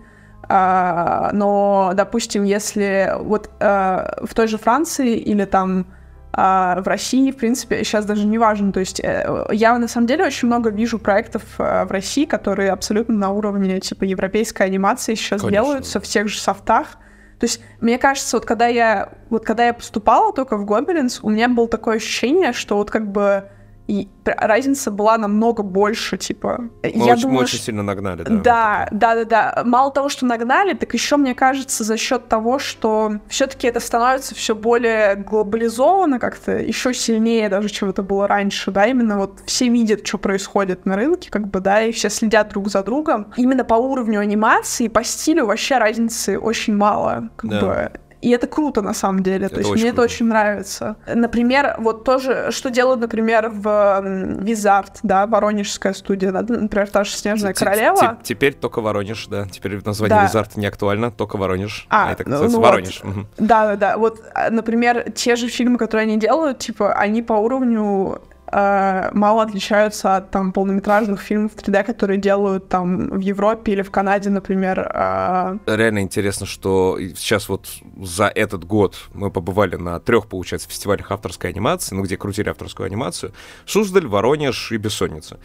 А, но, допустим, если вот э, в той же Франции или там э, в России, в принципе, сейчас даже не важно. То есть э, я, на самом деле, очень много вижу проектов э, в России, которые абсолютно на уровне, типа, европейской анимации сейчас
Конечно.
делаются в тех же софтах. То есть, мне кажется, вот когда я, вот когда я поступала только в Goblins, у меня было такое ощущение, что вот как бы и разница была намного больше, типа...
Мы
я
очень,
думаю,
мы очень
что...
сильно нагнали, да.
Да, да, да, да. Мало того, что нагнали, так еще, мне кажется, за счет того, что все-таки это становится все более глобализовано как-то, еще сильнее даже, чем это было раньше, да, именно вот все видят, что происходит на рынке, как бы, да, и все следят друг за другом. Именно по уровню анимации, по стилю вообще разницы очень мало, как
да.
бы... И это круто, на самом деле.
Это
То есть
очень
мне
круто.
это очень нравится. Например, вот тоже, что делают, например, в Wizard, да, воронежская студия, да, например, та же «Снежная
Т- т-
королева».
т- Теперь только Воронеж, да. Теперь название
Да.
Визард не актуально, только Воронеж.
А,
это
ну,
называется
ну
Воронеж.
вот.
Мгм.
Да-да-да. Вот, а, например, те же фильмы, которые они делают, типа, они по уровню э, мало отличаются от там полнометражных фильмов три дэ, которые делают там в Европе или в Канаде, например. Э...
Реально интересно, что сейчас вот за этот год мы побывали на трех, получается, фестивалях авторской анимации, ну, где крутили авторскую анимацию. Суздаль, Воронеж и Бессонница.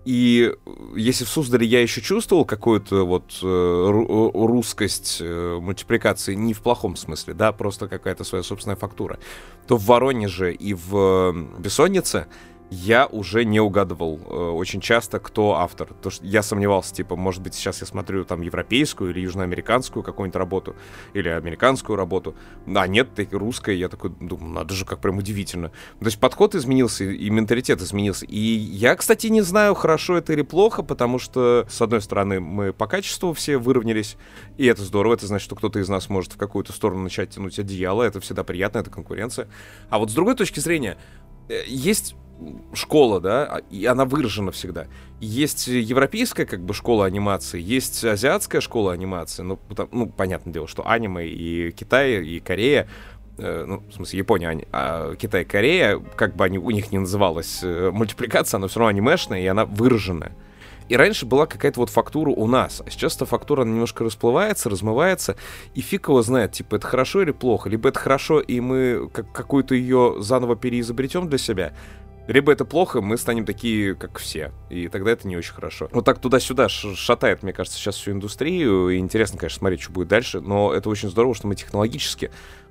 И если в Суздале я еще чувствовал какую-то вот э, ру- русскость э, мультипликации, не в плохом смысле, да, просто какая-то своя собственная фактура, то в Воронеже и в э, Бессоннице я уже не угадывал э, очень часто, кто автор. Потому что я сомневался, типа, может быть, сейчас я смотрю там европейскую или южноамериканскую какую-нибудь работу, или американскую работу. А нет, так русская. Я такой думаю, надо же, как прям удивительно. То есть подход изменился, и менталитет изменился. И я, кстати, не знаю, хорошо это или плохо, потому что, с одной стороны, мы по качеству все выровнялись, и это здорово. Это значит, что кто-то из нас может в какую-то сторону начать тянуть одеяло. Это всегда приятно, это конкуренция. А вот с другой точки зрения, э, есть... школа, да, и она выражена всегда. Есть европейская, как бы, школа анимации, есть азиатская школа анимации, ну, там, ну понятное дело, что аниме и Китай, и Корея, э, ну, в смысле, Япония, ани- а Китай и Корея, как бы они, у них не называлась э, мультипликация, она все равно анимешная, и она выраженная. И раньше была какая-то вот фактура у нас, а сейчас эта фактура немножко расплывается, размывается, и фиг его знает, типа, это хорошо или плохо, либо это хорошо, и мы как- какую-то ее заново переизобретем для себя, Либо это плохо, мы станем такие, как все. И тогда это не очень хорошо. Вот так туда-сюда шатает, мне кажется, сейчас всю индустрию. И интересно, конечно, смотреть, что будет дальше. Но это очень здорово, что мы технологически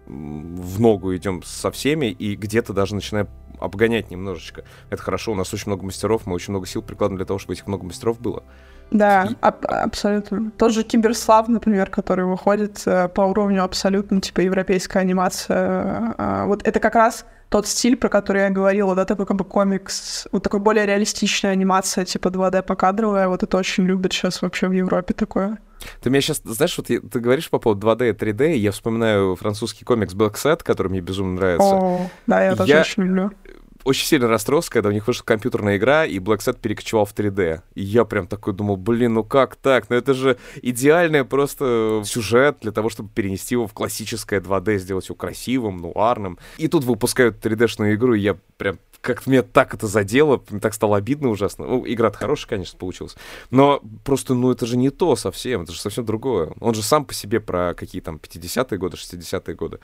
в ногу идем со всеми. И где-то даже начинаем обгонять немножечко. Это хорошо, у нас очень много мастеров. Мы очень много сил прикладываем для того, чтобы этих много мастеров было.
Да, аб- абсолютно. Тот же Киберслав, например, который выходит э, по уровню абсолютно, типа, европейская анимация. Э, вот это как раз тот стиль, про который я говорила, да, такой как бы комикс, вот такой более реалистичная анимация, типа два дэ покадровая, вот это очень любят сейчас вообще в Европе такое.
Ты меня сейчас, знаешь, вот я, ты говоришь по поводу два дэ и три дэ, и я вспоминаю французский комикс Black Set, который мне безумно нравится.
О, да, я тоже
я...
очень люблю.
Очень сильно расстроился, когда у них вышла компьютерная игра, и Black Set перекочевал в три дэ. И я прям такой думал, блин, ну как так? Ну это же идеальный просто сюжет для того, чтобы перенести его в классическое два дэ, сделать его красивым, нуарным. И тут выпускают три дэ-шную игру, и я прям... Как-то меня так это задело, мне так стало обидно ужасно. Ну, игра-то хорошая, конечно, получилась. Но просто, ну, это же не то совсем, это же совсем другое. Он же сам по себе про какие там пятидесятые годы, шестидесятые годы.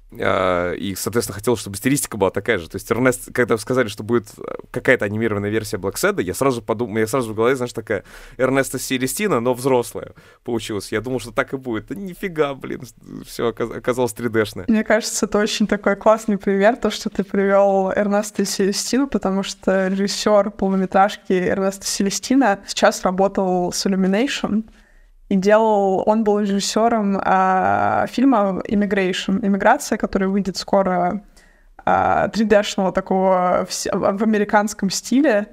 И, соответственно, хотел, чтобы стилистика была такая же. То есть Эрнест, когда сказали, что будет какая-то анимированная версия Black Set, я сразу подумал, я сразу в голове, знаешь, такая Эрнеста Селестина, но взрослая получилась. Я думал, что так и будет. Да нифига, блин, все оказалось три дэ-шное.
Мне кажется, это очень такой классный пример, то, что ты привел Эрнеста Селестину, потому что режиссер полнометражки Эрнеста Селестина сейчас работал с Illumination, и делал, он был режиссером а, фильма «Immigration», «Иммиграция», который выйдет скоро, а, три дэ-шного такого в, в американском стиле.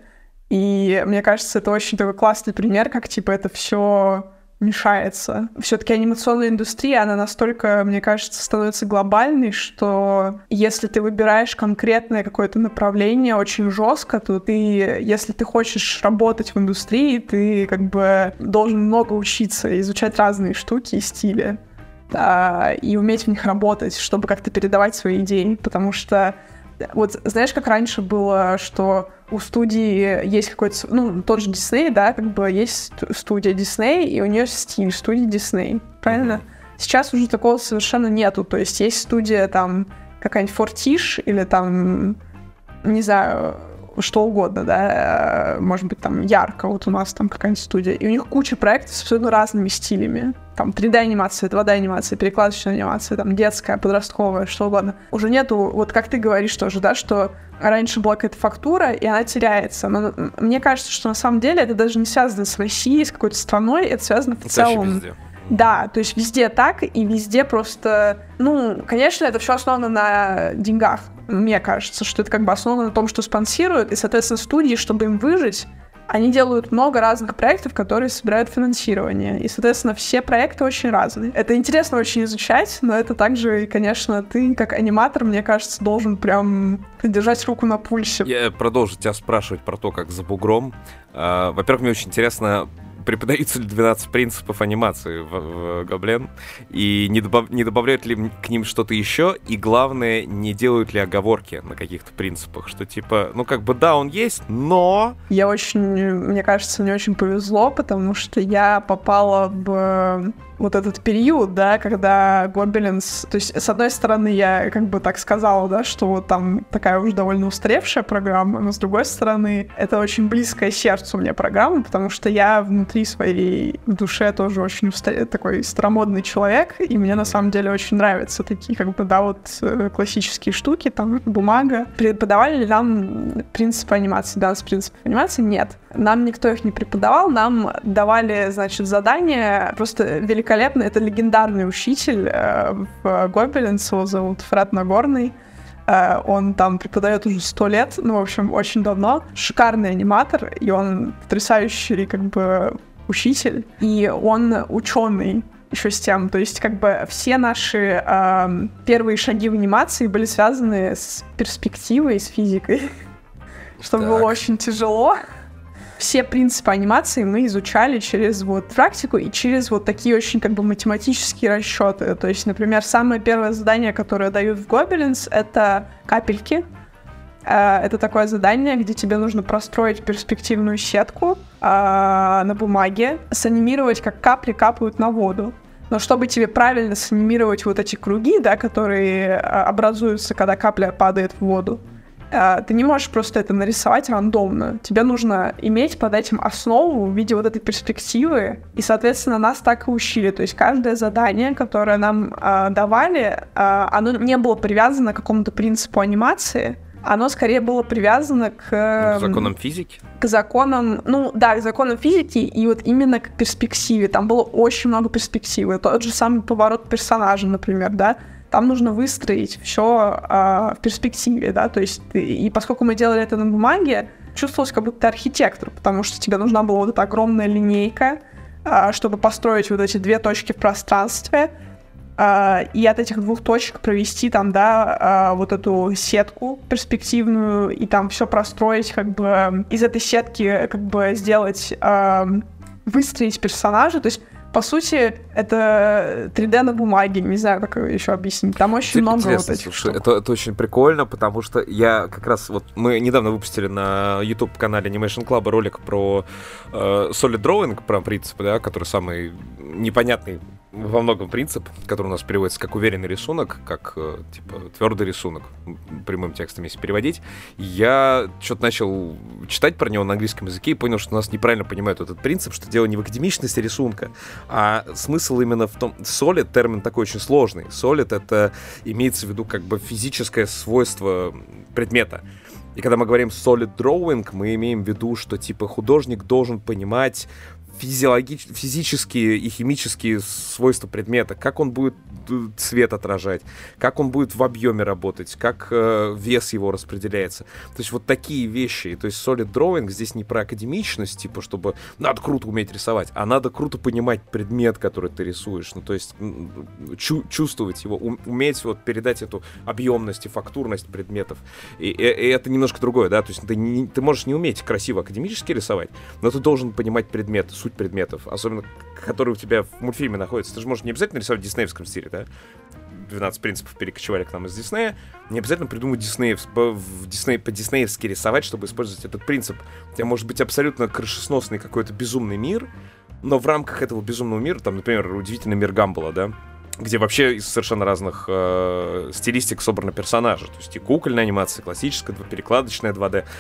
И мне кажется, это очень такой классный пример, как типа это все мешается. Все-таки анимационная индустрия, она настолько, мне кажется, становится глобальной, что если ты выбираешь конкретное какое-то направление очень жестко, то ты, если ты хочешь работать в индустрии, ты как бы должен много учиться, изучать разные штуки и стили, да, и уметь в них работать, чтобы как-то передавать свои идеи, потому что вот знаешь, как раньше было, что у студии есть какой-то, ну, тот же Disney, да, как бы есть студия Disney, и у нее стиль студии Disney, правильно? Сейчас уже такого совершенно нету, то есть есть студия там какая-нибудь Fortiche или там, не знаю, что угодно, да, может быть, там Ярко, вот у нас там какая-нибудь студия, и у них куча проектов с абсолютно разными стилями. Там три дэ-анимация, два дэ-анимация, перекладочная анимация, там детская, подростковая, что угодно. Уже нету, вот как ты говоришь тоже, да, что раньше была какая-то фактура, и она теряется. Но мне кажется, что на самом деле это даже не связано с Россией, с какой-то страной, это связано в это целом. Да, то есть везде так, и везде просто... Ну, конечно, это все основано на деньгах. Мне кажется, что это как бы основано на том, что спонсируют, и, соответственно, студии, чтобы им выжить, они делают много разных проектов, которые собирают финансирование. И, соответственно, все проекты очень разные. Это интересно очень изучать, но это также, конечно, ты, как аниматор, мне кажется, должен прям держать руку на пульсе.
Я продолжу тебя спрашивать про то, как за бугром. А, во-первых, мне очень интересно, преподаются ли двенадцать принципов анимации в, в Гоблен, и не, добав, не добавляют ли к ним что-то еще, и главное, не делают ли оговорки на каких-то принципах, что типа, ну как бы да, он есть, но...
Я очень, мне кажется, мне очень повезло, потому что я попала в вот этот период, да, когда Гобелинс... То есть, с одной стороны, я как бы так сказала, да, что вот там такая уже довольно устаревшая программа, но с другой стороны, это очень близкая сердцу мне программа, потому что я внутри своей в душе тоже очень устар... такой старомодный человек, и мне на самом деле очень нравятся такие, как бы, да, вот классические штуки, там, бумага. Преподавали ли нам принципы анимации? Да, с принципов анимации нет. Нам никто их не преподавал, нам давали, значит, задания просто великолепно. Это легендарный учитель э, в Гобелинс, его зовут Фред Нагорный. Э, он там преподает уже сто лет, ну, в общем, очень давно. Шикарный аниматор, и он потрясающий, как бы, учитель. И он ученый еще с тем. То есть, как бы, все наши э, первые шаги в анимации были связаны с перспективой, с физикой, что было очень тяжело. Все принципы анимации мы изучали через вот практику и через вот такие очень как бы математические расчеты. То есть, например, самое первое задание, которое дают в Гобелинс, это капельки. Это такое задание, где тебе нужно простроить перспективную сетку на бумаге, санимировать, как капли капают на воду. Но чтобы тебе правильно санимировать вот эти круги, да, которые образуются, когда капля падает в воду, ты не можешь просто это нарисовать рандомно. Тебе нужно иметь под этим основу в виде вот этой перспективы, и, соответственно, нас так и учили. То есть каждое задание, которое нам э, давали, э, оно не было привязано к какому-то принципу анимации, оно скорее было привязано к...
К законам физики?
К законам, ну да, к законам физики и вот именно к перспективе. Там было очень много перспективы. Тот же самый поворот персонажа, например, да, там нужно выстроить все а, в перспективе, да, то есть, и поскольку мы делали это на бумаге, чувствовалось, как будто ты архитектор, потому что тебе нужна была вот эта огромная линейка, а, чтобы построить вот эти две точки в пространстве, а, и от этих двух точек провести там, да, а, вот эту сетку перспективную, и там все простроить, как бы, из этой сетки, как бы, сделать, а, выстроить персонажа, то есть, по сути, это три дэ на бумаге, не знаю, как еще объяснить. Там очень
это
много вот этих
слушай,
штук.
Это, это очень прикольно, потому что я как раз вот... Мы недавно выпустили на YouTube-канале Animation Club ролик про э, Solid Drawing, про принцип, да, который самый непонятный во многом принцип, который у нас переводится как уверенный рисунок, как, э, типа, твердый рисунок, прямым текстом, если переводить. Я что-то начал читать про него на английском языке и понял, что нас неправильно понимают этот принцип, что дело не в академичности рисунка, а смысл именно в том... Solid — термин такой очень сложный. Solid — это имеется в виду как бы физическое свойство предмета. И когда мы говорим solid drawing, мы имеем в виду, что типа художник должен понимать физиологич... физические и химические свойства предмета, как он будет цвет отражать, как он будет в объеме работать, как э, вес его распределяется. То есть вот такие вещи. То есть solid drawing здесь не про академичность, типа, чтобы надо круто уметь рисовать, а надо круто понимать предмет, который ты рисуешь. Ну, то есть чу- чувствовать его, ум- уметь вот передать эту объемность и фактурность предметов. И, и, и это немножко другое, да, то есть ты, не, ты можешь не уметь красиво академически рисовать, но ты должен понимать предмет, суть предметов, особенно которые у тебя в мультфильме находятся. Ты же можешь не обязательно рисовать в диснеевском стиле, да? двенадцать принципов перекочевали к нам из Диснея. Не обязательно придумать Диснеев, в Дисней, по-диснеевски рисовать, чтобы использовать этот принцип. У тебя может быть абсолютно крышесносный какой-то безумный мир, но в рамках этого безумного мира, там, например, удивительный мир Гамбола, да, где вообще из совершенно разных э, стилистик собраны персонажи. То есть и кукольная анимация, классическая, перекладочная два дэ,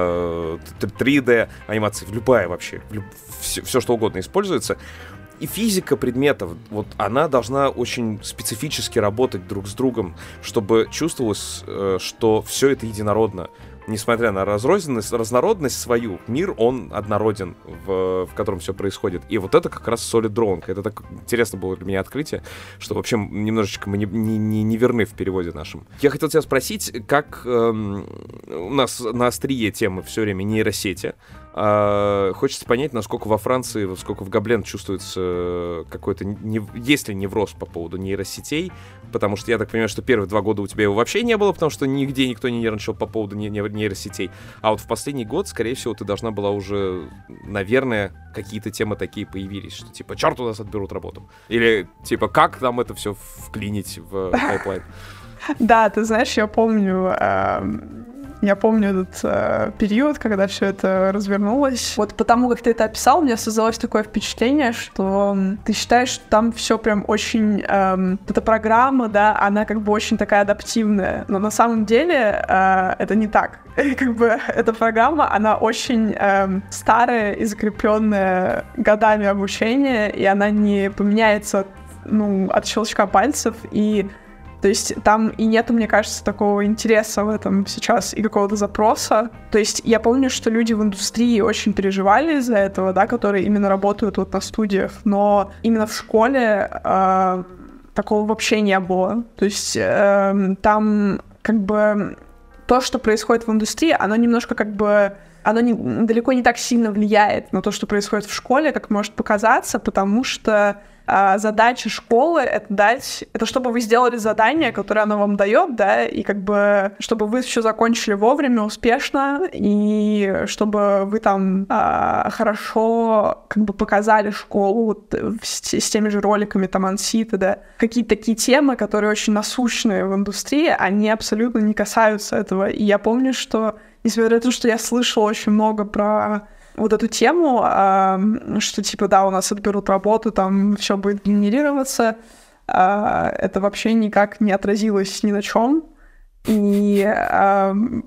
э, три дэ анимация, любая вообще, люб... все, все что угодно используется. И физика предметов, вот она должна очень специфически работать друг с другом, чтобы чувствовалось, э, что все это единородно. Несмотря на разрозненность, разнородность свою, мир, он однороден, в, в котором все происходит. И вот это как раз Solid Drawing. Это так интересно было для меня открытие, что вообще немножечко мы не, не, не, не верны в переводе нашем. Я хотел тебя спросить, как эм, у нас на острие темы все время нейросети. А, хочется понять, насколько во Франции, насколько в Гобленд чувствуется какой-то... Не, есть ли невроз по поводу нейросетей? Потому что я так понимаю, что первые два года у тебя его вообще не было, потому что нигде никто не нервничал по поводу не, не, нейросетей. А вот в последний год, скорее всего, ты должна была уже, наверное, какие-то темы такие появились, что типа, черт, у нас отберут работу. Или типа, как нам это все вклинить в пайплайн?
Да, ты знаешь, я помню... Я помню этот э, период, когда все это развернулось. Вот потому, как ты это описал, у меня создалось такое впечатление, что ты считаешь, что там все прям очень... Эм, эта программа, да, она как бы очень такая адаптивная. Но на самом деле э, это не так. Как бы эта программа, она очень эм, старая и закрепленная годами обучения, и она не поменяется, ну, от щелчка пальцев, и... То есть там и нету, мне кажется, такого интереса в этом сейчас и какого-то запроса. То есть я помню, что люди в индустрии очень переживали из-за этого, да, которые именно работают вот на студиях, но именно в школе э, такого вообще не было. То есть э, там как бы то, что происходит в индустрии, оно немножко как бы... Оно не, далеко не так сильно влияет на то, что происходит в школе, как может показаться, потому что а, задача школы — это дать... Это чтобы вы сделали задание, которое она вам дает, да, и как бы чтобы вы все закончили вовремя, успешно, и чтобы вы там а, хорошо как бы показали школу вот, с, с теми же роликами, там, анситы, да. Какие-то такие темы, которые очень насущные в индустрии, они абсолютно не касаются этого. И я помню, что несмотря на то, что я слышала очень много про вот эту тему, э, что, типа, да, у нас отберут работу, там все будет генерироваться, э, это вообще никак не отразилось ни на чем. И э,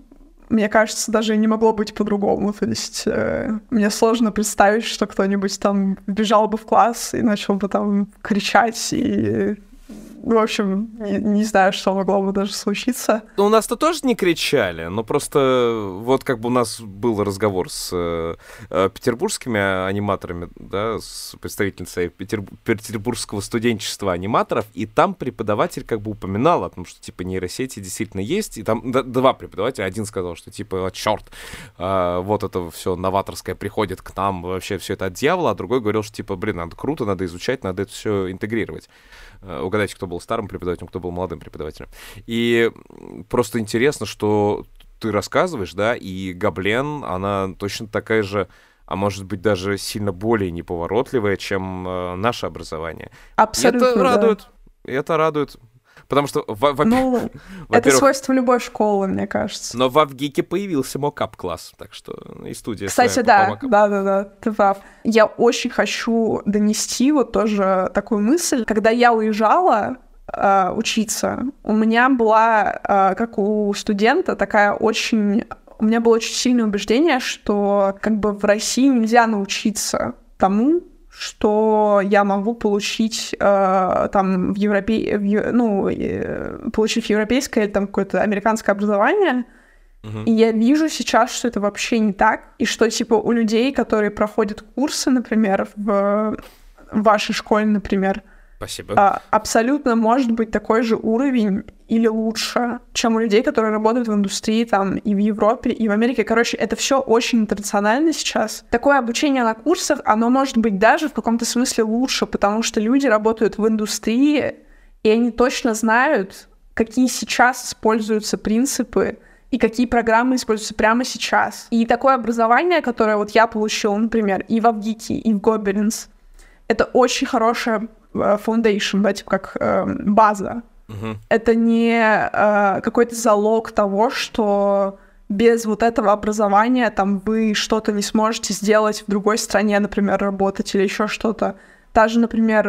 мне кажется, даже не могло быть по-другому. То есть э, мне сложно представить, что кто-нибудь там бежал бы в класс и начал бы там кричать и... В общем, не, не знаю, что могло бы даже случиться.
Ну, у нас-то тоже не кричали, но просто вот как бы у нас был разговор с э, э, петербургскими аниматорами, да, с представительницей Петер... петербургского студенчества аниматоров, и там преподаватель как бы упоминал о том, что типа нейросети действительно есть, и там д- два преподавателя, один сказал, что типа, черт, э, вот это все новаторское приходит к нам, вообще все это от дьявола, а другой говорил, что типа, блин, надо круто, надо изучать, надо это все интегрировать. Угадайте, кто был старым преподавателем, кто был молодым преподавателем. И просто интересно, что ты рассказываешь, да, и Гоблен, она точно такая же, а может быть даже сильно более неповоротливая, чем э, наше образование.
Абсолютно,
и это радует,
да.
И это радует. Потому что, во- во-
ну, это свойство любой школы, мне кажется.
Но в Авгике появился мокап-класс, так что и студия.
Кстати, да, да, да, да, ты прав. Я очень хочу донести вот тоже такую мысль. Когда я уезжала э, учиться, у меня была, э, как у студента, такая очень... У меня было очень сильное убеждение, что как бы в России нельзя научиться тому, что я могу получить э, там в Европе, в, ну, э, получить европейское или там какое-то американское образование, uh-huh. И я вижу сейчас, что это вообще не так, и что типа у людей, которые проходят курсы, например, в, в вашей школе, например,
Спасибо.
А, абсолютно может быть такой же уровень или лучше, чем у людей, которые работают в индустрии там и в Европе, и в Америке. Короче, это все очень интернационально сейчас. Такое обучение на курсах, оно может быть даже в каком-то смысле лучше, потому что люди работают в индустрии, и они точно знают, какие сейчас используются принципы и какие программы используются прямо сейчас. И такое образование, которое вот я получила, например, и в Авгике, и в Gobelins, это очень хорошее foundation, да, типа как э, база. Uh-huh. Это не э, какой-то залог того, что без вот этого образования там вы что-то не сможете сделать в другой стране, например, работать или еще что-то. Та же, например,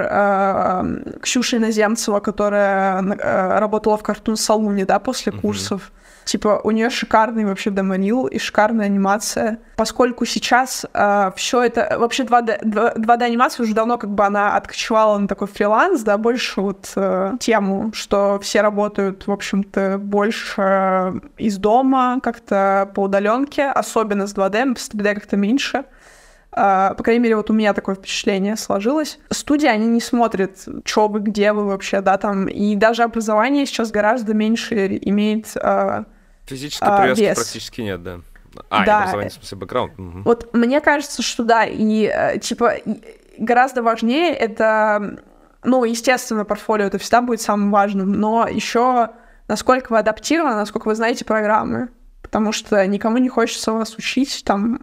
э, Ксюша Иноземцева, которая э, работала в картун-салуне, да, после uh-huh. курсов. Типа, у нее шикарный вообще деморил и шикарная анимация. Поскольку сейчас э, все это... Вообще два дэ, два дэ-анимация уже давно как бы она откочевала на такой фриланс, да, больше вот э, тему, что все работают, в общем-то, больше из дома, как-то по удаленке, особенно с два дэ, с три дэ как-то меньше. Uh, по крайней мере, вот у меня такое впечатление сложилось. Студии, они не смотрят, что вы, где вы вообще, да, там, и даже образование сейчас гораздо меньше имеет uh,
физической uh, привязки вес. Практически нет, да. А,
да.
И образование, в смысле, бэкграунд. Угу.
Вот мне кажется, что да, и, uh, типа, гораздо важнее это, ну, естественно, портфолио это всегда будет самым важным, но еще насколько вы адаптированы, насколько вы знаете программы, потому что никому не хочется вас учить, там,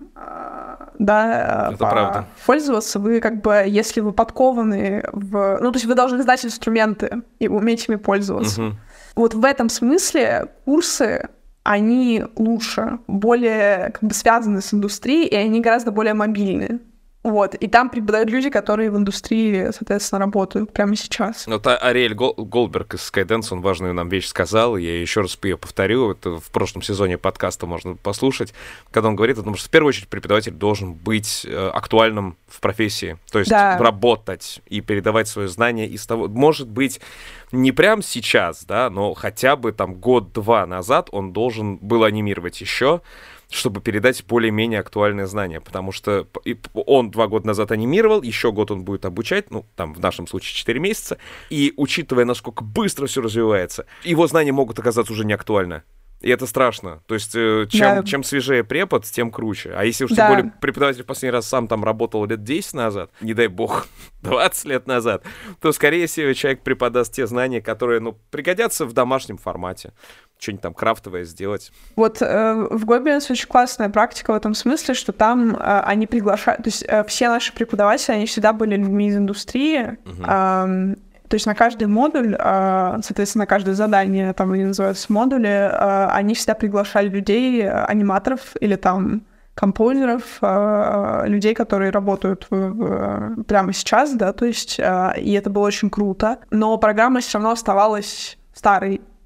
да, по- пользоваться. Вы как бы, если вы подкованы в... Ну, то есть вы должны знать инструменты и уметь ими пользоваться. Uh-huh. Вот в этом смысле курсы, они лучше, более как бы связаны с индустрией, и они гораздо более мобильны. Вот, и там преподают люди, которые в индустрии, соответственно, работают прямо сейчас.
Вот Ариэль Гол- Голдберг из Skydance, он важную нам вещь сказал, я еще раз ее повторю, это в прошлом сезоне подкаста можно послушать, когда он говорит о том, что в первую очередь преподаватель должен быть э, актуальным в профессии, то есть да. работать и передавать свои знания из того, может быть, не прямо сейчас, да, но хотя бы там год-два назад он должен был анимировать еще, чтобы передать более-менее актуальные знания, потому что он два года назад анимировал, еще год он будет обучать, ну, там, в нашем случае, четыре месяца, и учитывая, насколько быстро все развивается, его знания могут оказаться уже неактуальны. И это страшно. То есть, чем, да. чем свежее препод, тем круче. А если уж да. тем более преподаватель в последний раз сам там работал лет десять назад, не дай бог, двадцать лет назад, то, скорее всего, человек преподаст те знания, которые, ну, пригодятся в домашнем формате. Что-нибудь там крафтовое сделать.
Вот э, в Gobelins очень классная практика в этом смысле, что там э, они приглашают... То есть э, все наши преподаватели, они всегда были людьми из индустрии. Uh-huh. Э, то есть на каждый модуль, э, соответственно, на каждое задание, там они называются модули, э, они всегда приглашали людей, аниматоров или там композеров, э, людей, которые работают в, в, прямо сейчас, да, то есть, э, и это было очень круто. Но программа все равно оставалась старой.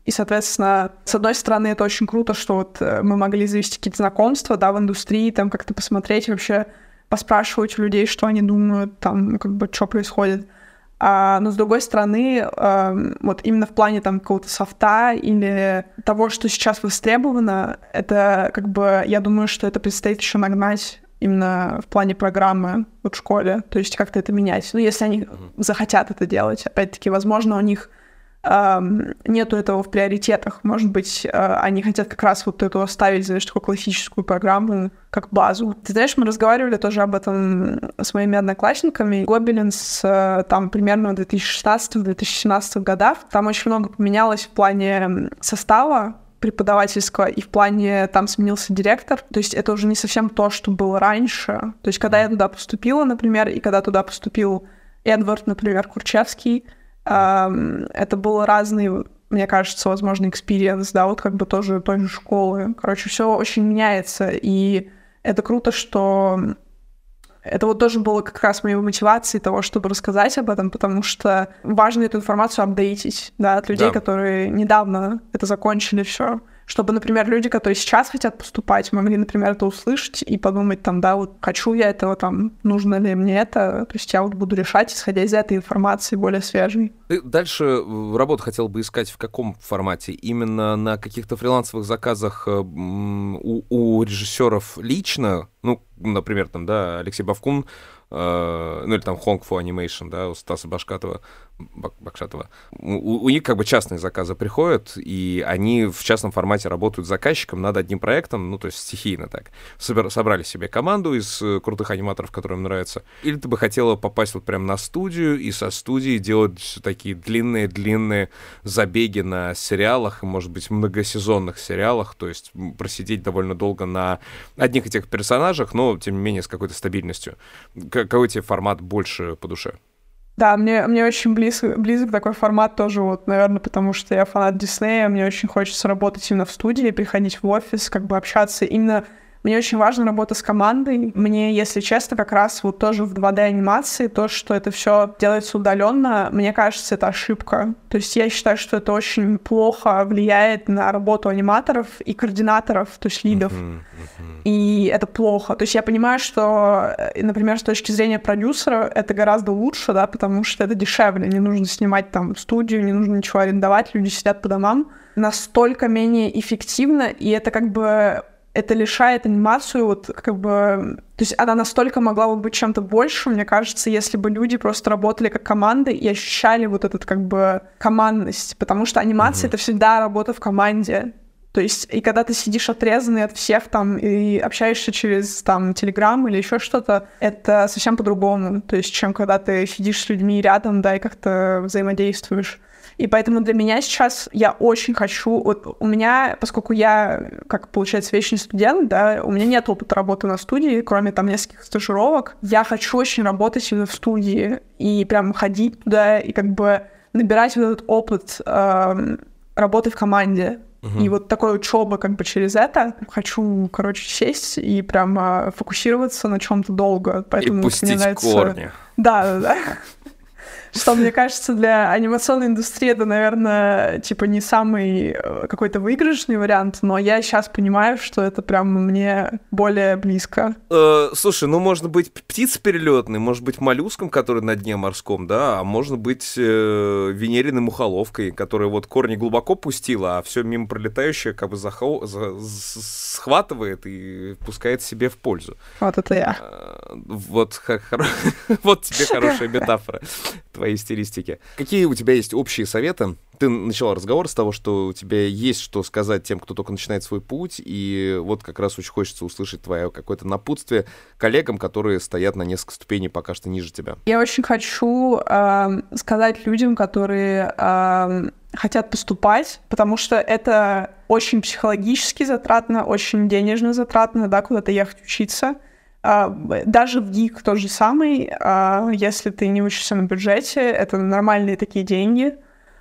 И, соответственно, с одной стороны, это очень круто, что вот мы могли завести какие-то знакомства, да, в индустрии, там как-то посмотреть вообще, поспрашивать у людей, что они думают, там, как бы, что происходит. А, но, с другой стороны, э, вот именно в плане там какого-то софта или того, что сейчас востребовано, это, как бы, я думаю, что это предстоит еще нагнать именно в плане программы вот в школе, то есть как-то это менять. Ну, если они mm-hmm. захотят это делать, опять-таки, возможно, у них эм, нету этого в приоритетах. Может быть, э, они хотят как раз вот эту оставить, знаешь, такую классическую программу как базу. Ты знаешь, мы разговаривали тоже об этом с моими одноклассниками. Гобелинс э, там примерно в две тысячи шестнадцатом - две тысячи семнадцатом годах. Там очень много поменялось в плане состава преподавательского, и в плане там сменился директор. То есть это уже не совсем то, что было раньше. То есть когда я туда поступила, например, и когда туда поступил Эдвард, например, Курчевский, эм, это был разный, мне кажется, возможно, экспириенс, да, вот как бы тоже той же школы. Короче, все очень меняется, и это круто, что это вот тоже было как раз моей мотивацией того, чтобы рассказать об этом, потому что важно эту информацию апдейтить, да, от людей, да. которые недавно это закончили все, чтобы, например, люди, которые сейчас хотят поступать, могли, например, это услышать и подумать, там, да, вот хочу я этого, там, нужно ли мне это, то есть я вот буду решать, исходя из этой информации более свежей.
Ты дальше работу хотел бы искать в каком формате? Именно на каких-то фрилансовых заказах у, у режиссеров лично, ну, например, там, да, Алексей Бавкун, э, ну, или там Hong Fu Animation, да, у Стаса Башкатова, Бак, Бакшатова. У, у них как бы частные заказы приходят, и они в частном формате работают с заказчиком над одним проектом, ну, то есть стихийно так. Собер, собрали себе команду из крутых аниматоров, которые им нравятся. Или ты бы хотела попасть вот прям на студию, и со студии делать такие длинные-длинные забеги на сериалах, и, может быть, многосезонных сериалах, то есть просидеть довольно долго на одних и тех персонажах, но, тем не менее, с какой-то стабильностью. Какой тебе формат больше по душе?
Да, мне, мне очень близок, близок такой формат тоже, вот, наверное, потому что я фанат Диснея, мне очень хочется работать именно в студии, приходить в офис, как бы общаться именно... Мне очень важна работа с командой. Мне, если честно, как раз вот тоже в два дэ-анимации, то, что это все делается удаленно, мне кажется, это ошибка. То есть я считаю, что это очень плохо влияет на работу аниматоров и координаторов, то есть лидов. Uh-huh, uh-huh. И это плохо. То есть я понимаю, что, например, с точки зрения продюсера это гораздо лучше, да, потому что это дешевле. Не нужно снимать там студию, не нужно ничего арендовать, люди сидят по домам. Настолько менее эффективно, и это как бы... это лишает анимацию, вот, как бы... То есть она настолько могла бы быть чем-то большим, мне кажется, если бы люди просто работали как команда и ощущали вот этот, как бы, командность. Потому что анимация mm-hmm. — это всегда работа в команде. То есть и когда ты сидишь отрезанный от всех там и общаешься через, там, Telegram или еще что-то, это совсем по-другому. То есть чем когда ты сидишь с людьми рядом, да, и как-то взаимодействуешь. И поэтому для меня сейчас я очень хочу... Вот у меня, поскольку я, как получается, вечный студент, да, у меня нет опыта работы на студии, кроме там нескольких стажировок. Я хочу очень работать именно в студии и прям ходить туда и как бы набирать вот этот опыт э, работы в команде. Uh-huh. И вот такой учёбы как бы через это. Хочу, короче, сесть и прям э, фокусироваться на чем-то долго. Поэтому
и пустить
мне нравится...
корни.
Да, да, да. Что, мне кажется, для анимационной индустрии это, наверное, типа не самый какой-то выигрышный вариант, но я сейчас понимаю, что это прям мне более близко.
Э, слушай, ну можно быть птицей перелетной, может быть моллюском, который на дне морском, да, а можно быть э, венериной мухоловкой, которая вот корни глубоко пустила, а все мимо пролетающее как бы захо- за- схватывает и пускает себе в пользу.
Вот это я.
Э, вот, вот тебе хорошая метафора твоей стилистики. Какие у тебя есть общие советы? Ты начала разговор с того, что у тебя есть что сказать тем, кто только начинает свой путь, и вот как раз очень хочется услышать твое какое-то напутствие коллегам, которые стоят на несколько ступеней пока что ниже тебя.
Я очень хочу э, сказать людям, которые э, хотят поступать, потому что это очень психологически затратно, очень денежно затратно, да, куда-то ехать учиться. Даже в ГИК тот же самый, если ты не учишься на бюджете, это нормальные такие деньги,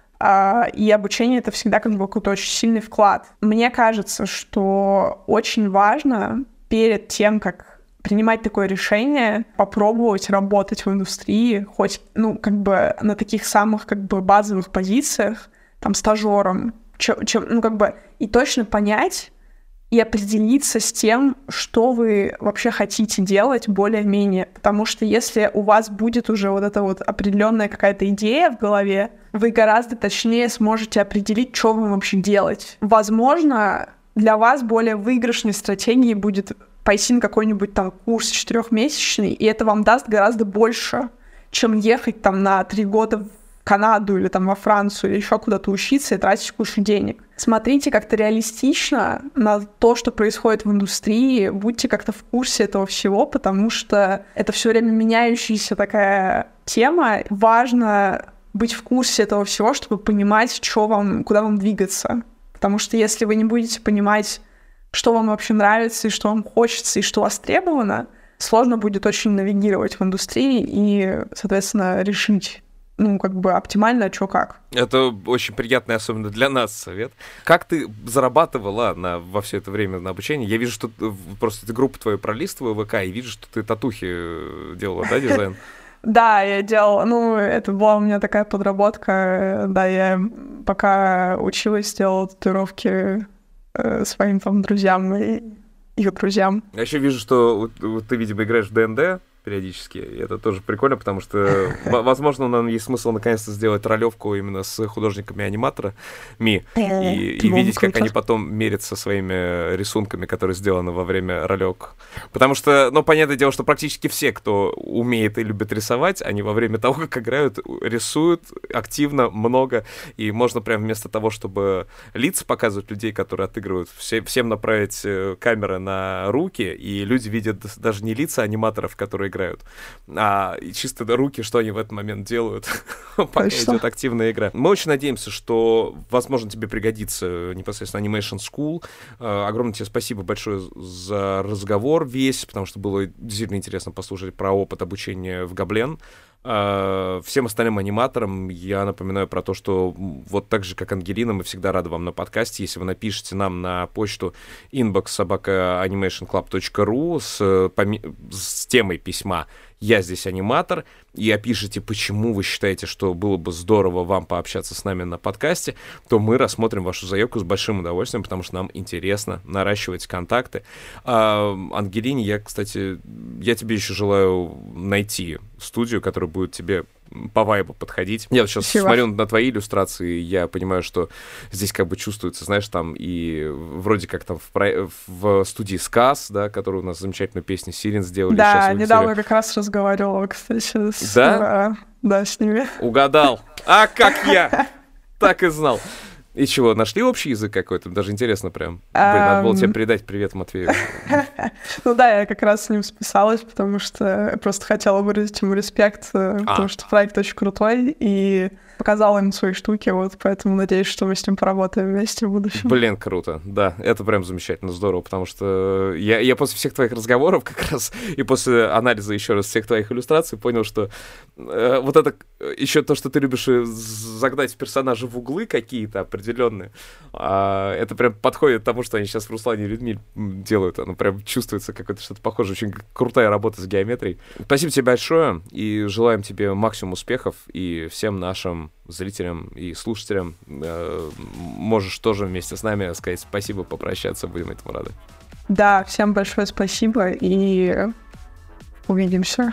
и обучение — это всегда как бы какой-то очень сильный вклад. Мне кажется, что очень важно перед тем, как принимать такое решение, попробовать работать в индустрии, хоть, ну, как бы на таких самых как бы базовых позициях, там, стажером, чем, чем, ну, как бы, и точно понять и определиться с тем, что вы вообще хотите делать более-менее. Потому что если у вас будет уже вот эта вот определенная какая-то идея в голове, вы гораздо точнее сможете определить, что вам вообще делать. Возможно, для вас более выигрышной стратегией будет пойти на какой-нибудь там курс четырехмесячный, и это вам даст гораздо больше, чем ехать там на три года в Канаду или там во Францию или еще куда-то учиться и тратить кучу денег. Смотрите как-то реалистично на то, что происходит в индустрии, будьте как-то в курсе этого всего, потому что это все время меняющаяся такая тема. Важно быть в курсе этого всего, чтобы понимать, что вам, куда вам двигаться. Потому что если вы не будете понимать, что вам вообще нравится и что вам хочется и что востребовано, сложно будет очень навигировать в индустрии и, соответственно, решить, ну, как бы оптимально, что как.
Это очень приятный, особенно для нас, совет. Как ты зарабатывала на, во все это время на обучение? Я вижу, что просто ты группу твою пролистываю в ВК, и вижу, что ты татухи делала, да, дизайн?
Да, я делала, ну, это была у меня такая подработка, да, я пока училась, делала татуировки своим там друзьям и их друзьям.
Я еще вижу, что вот, ты, видимо, играешь в ди энд ди периодически, и это тоже прикольно, потому что, возможно, нам есть смысл наконец-то сделать ролевку именно с художниками-аниматорами и, и видеть, как они потом мерятся своими рисунками, которые сделаны во время ролевок. Потому что, ну, понятное дело, что практически все, кто умеет и любит рисовать, они во время того, как играют, рисуют активно, много, и можно прям вместо того, чтобы лица показывать людей, которые отыгрывают, все, всем направить камеры на руки, и люди видят даже не лица аниматоров, которые играют, а чисто руки, что они в этот момент делают, пока идет активная игра. Мы очень надеемся, что, возможно, тебе пригодится непосредственно Animation School. Огромное тебе спасибо большое за разговор весь, потому что было действительно интересно послушать про опыт обучения в Гоблен. Всем остальным аниматорам я напоминаю про то, что вот так же, как Ангелина, мы всегда рады вам на подкасте. Если вы напишите нам на почту инбокс собака анимейшн клаб точка ру с, с темой письма «Я здесь аниматор», и опишите, почему вы считаете, что было бы здорово вам пообщаться с нами на подкасте, то мы рассмотрим вашу заявку с большим удовольствием, потому что нам интересно наращивать контакты. А, Ангелине, я, кстати, я тебе еще желаю найти студию, которая будет тебе по вайбу подходить. Я вот сейчас Спасибо. смотрю на твои иллюстрации, я понимаю, что здесь как бы чувствуется, знаешь, там и вроде как там в, про... в студии Сказ, да, которую у нас замечательную песню Сирен сделали.
Да, недавно как раз разговаривала, кстати, с,
да?
Да, с ними.
Угадал. А как я? Так и знал. И чего, нашли общий язык какой-то? Даже интересно прям. Блин, надо было тебе передать привет Матвею.
Ну да, я как раз с ним списалась, потому что просто хотела выразить ему респект, потому что проект очень крутой, и показала ему свои штуки, вот, поэтому надеюсь, что мы с ним поработаем вместе в будущем.
Блин, круто, да, это прям замечательно, здорово, потому что я, я после всех твоих разговоров как раз, и после анализа еще раз всех твоих иллюстраций понял, что э, вот это, еще то, что ты любишь загнать персонажа в углы какие-то определенные, э, это прям подходит к тому, что они сейчас в Руслане и Людмиле делают, оно прям чувствуется какое-то что-то похожее, очень крутая работа с геометрией. Спасибо тебе большое, и желаем тебе максимум успехов, и всем нашим зрителям и слушателям э, можешь тоже вместе с нами сказать спасибо, попрощаться, будем этому рады.
Да, всем большое спасибо, и увидимся.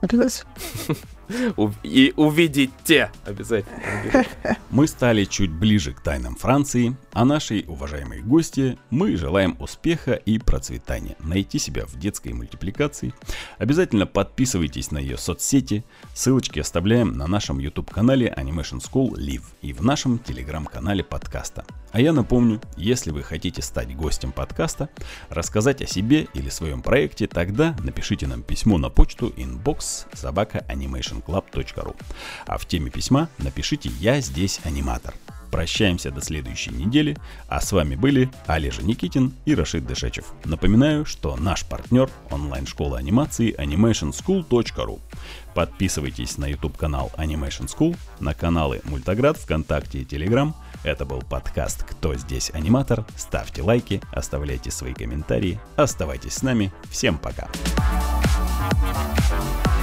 И увидите обязательно.
Мы стали чуть ближе к тайнам Франции, а нашей уважаемой гости мы желаем успеха и процветания. Найти себя в детской мультипликации. Обязательно подписывайтесь на ее соцсети. Ссылочки оставляем на нашем YouTube-канале Animation School Live и в нашем телеграм-канале подкаста. А я напомню, если вы хотите стать гостем подкаста, рассказать о себе или своем проекте, тогда напишите нам письмо на почту inbox собака анимейшн клаб точка ру. А в теме письма напишите «Я здесь аниматор». Прощаемся до следующей недели, а с вами были Олежа Никитин и Рашид Дышечев. Напоминаю, что наш партнер онлайн-школа анимации анимейшн скул точка ру. Подписывайтесь на YouTube-канал Animation School, на каналы Мультоград, ВКонтакте и Телеграм. Это был подкаст «Кто здесь аниматор?». Ставьте лайки, оставляйте свои комментарии. Оставайтесь с нами. Всем пока.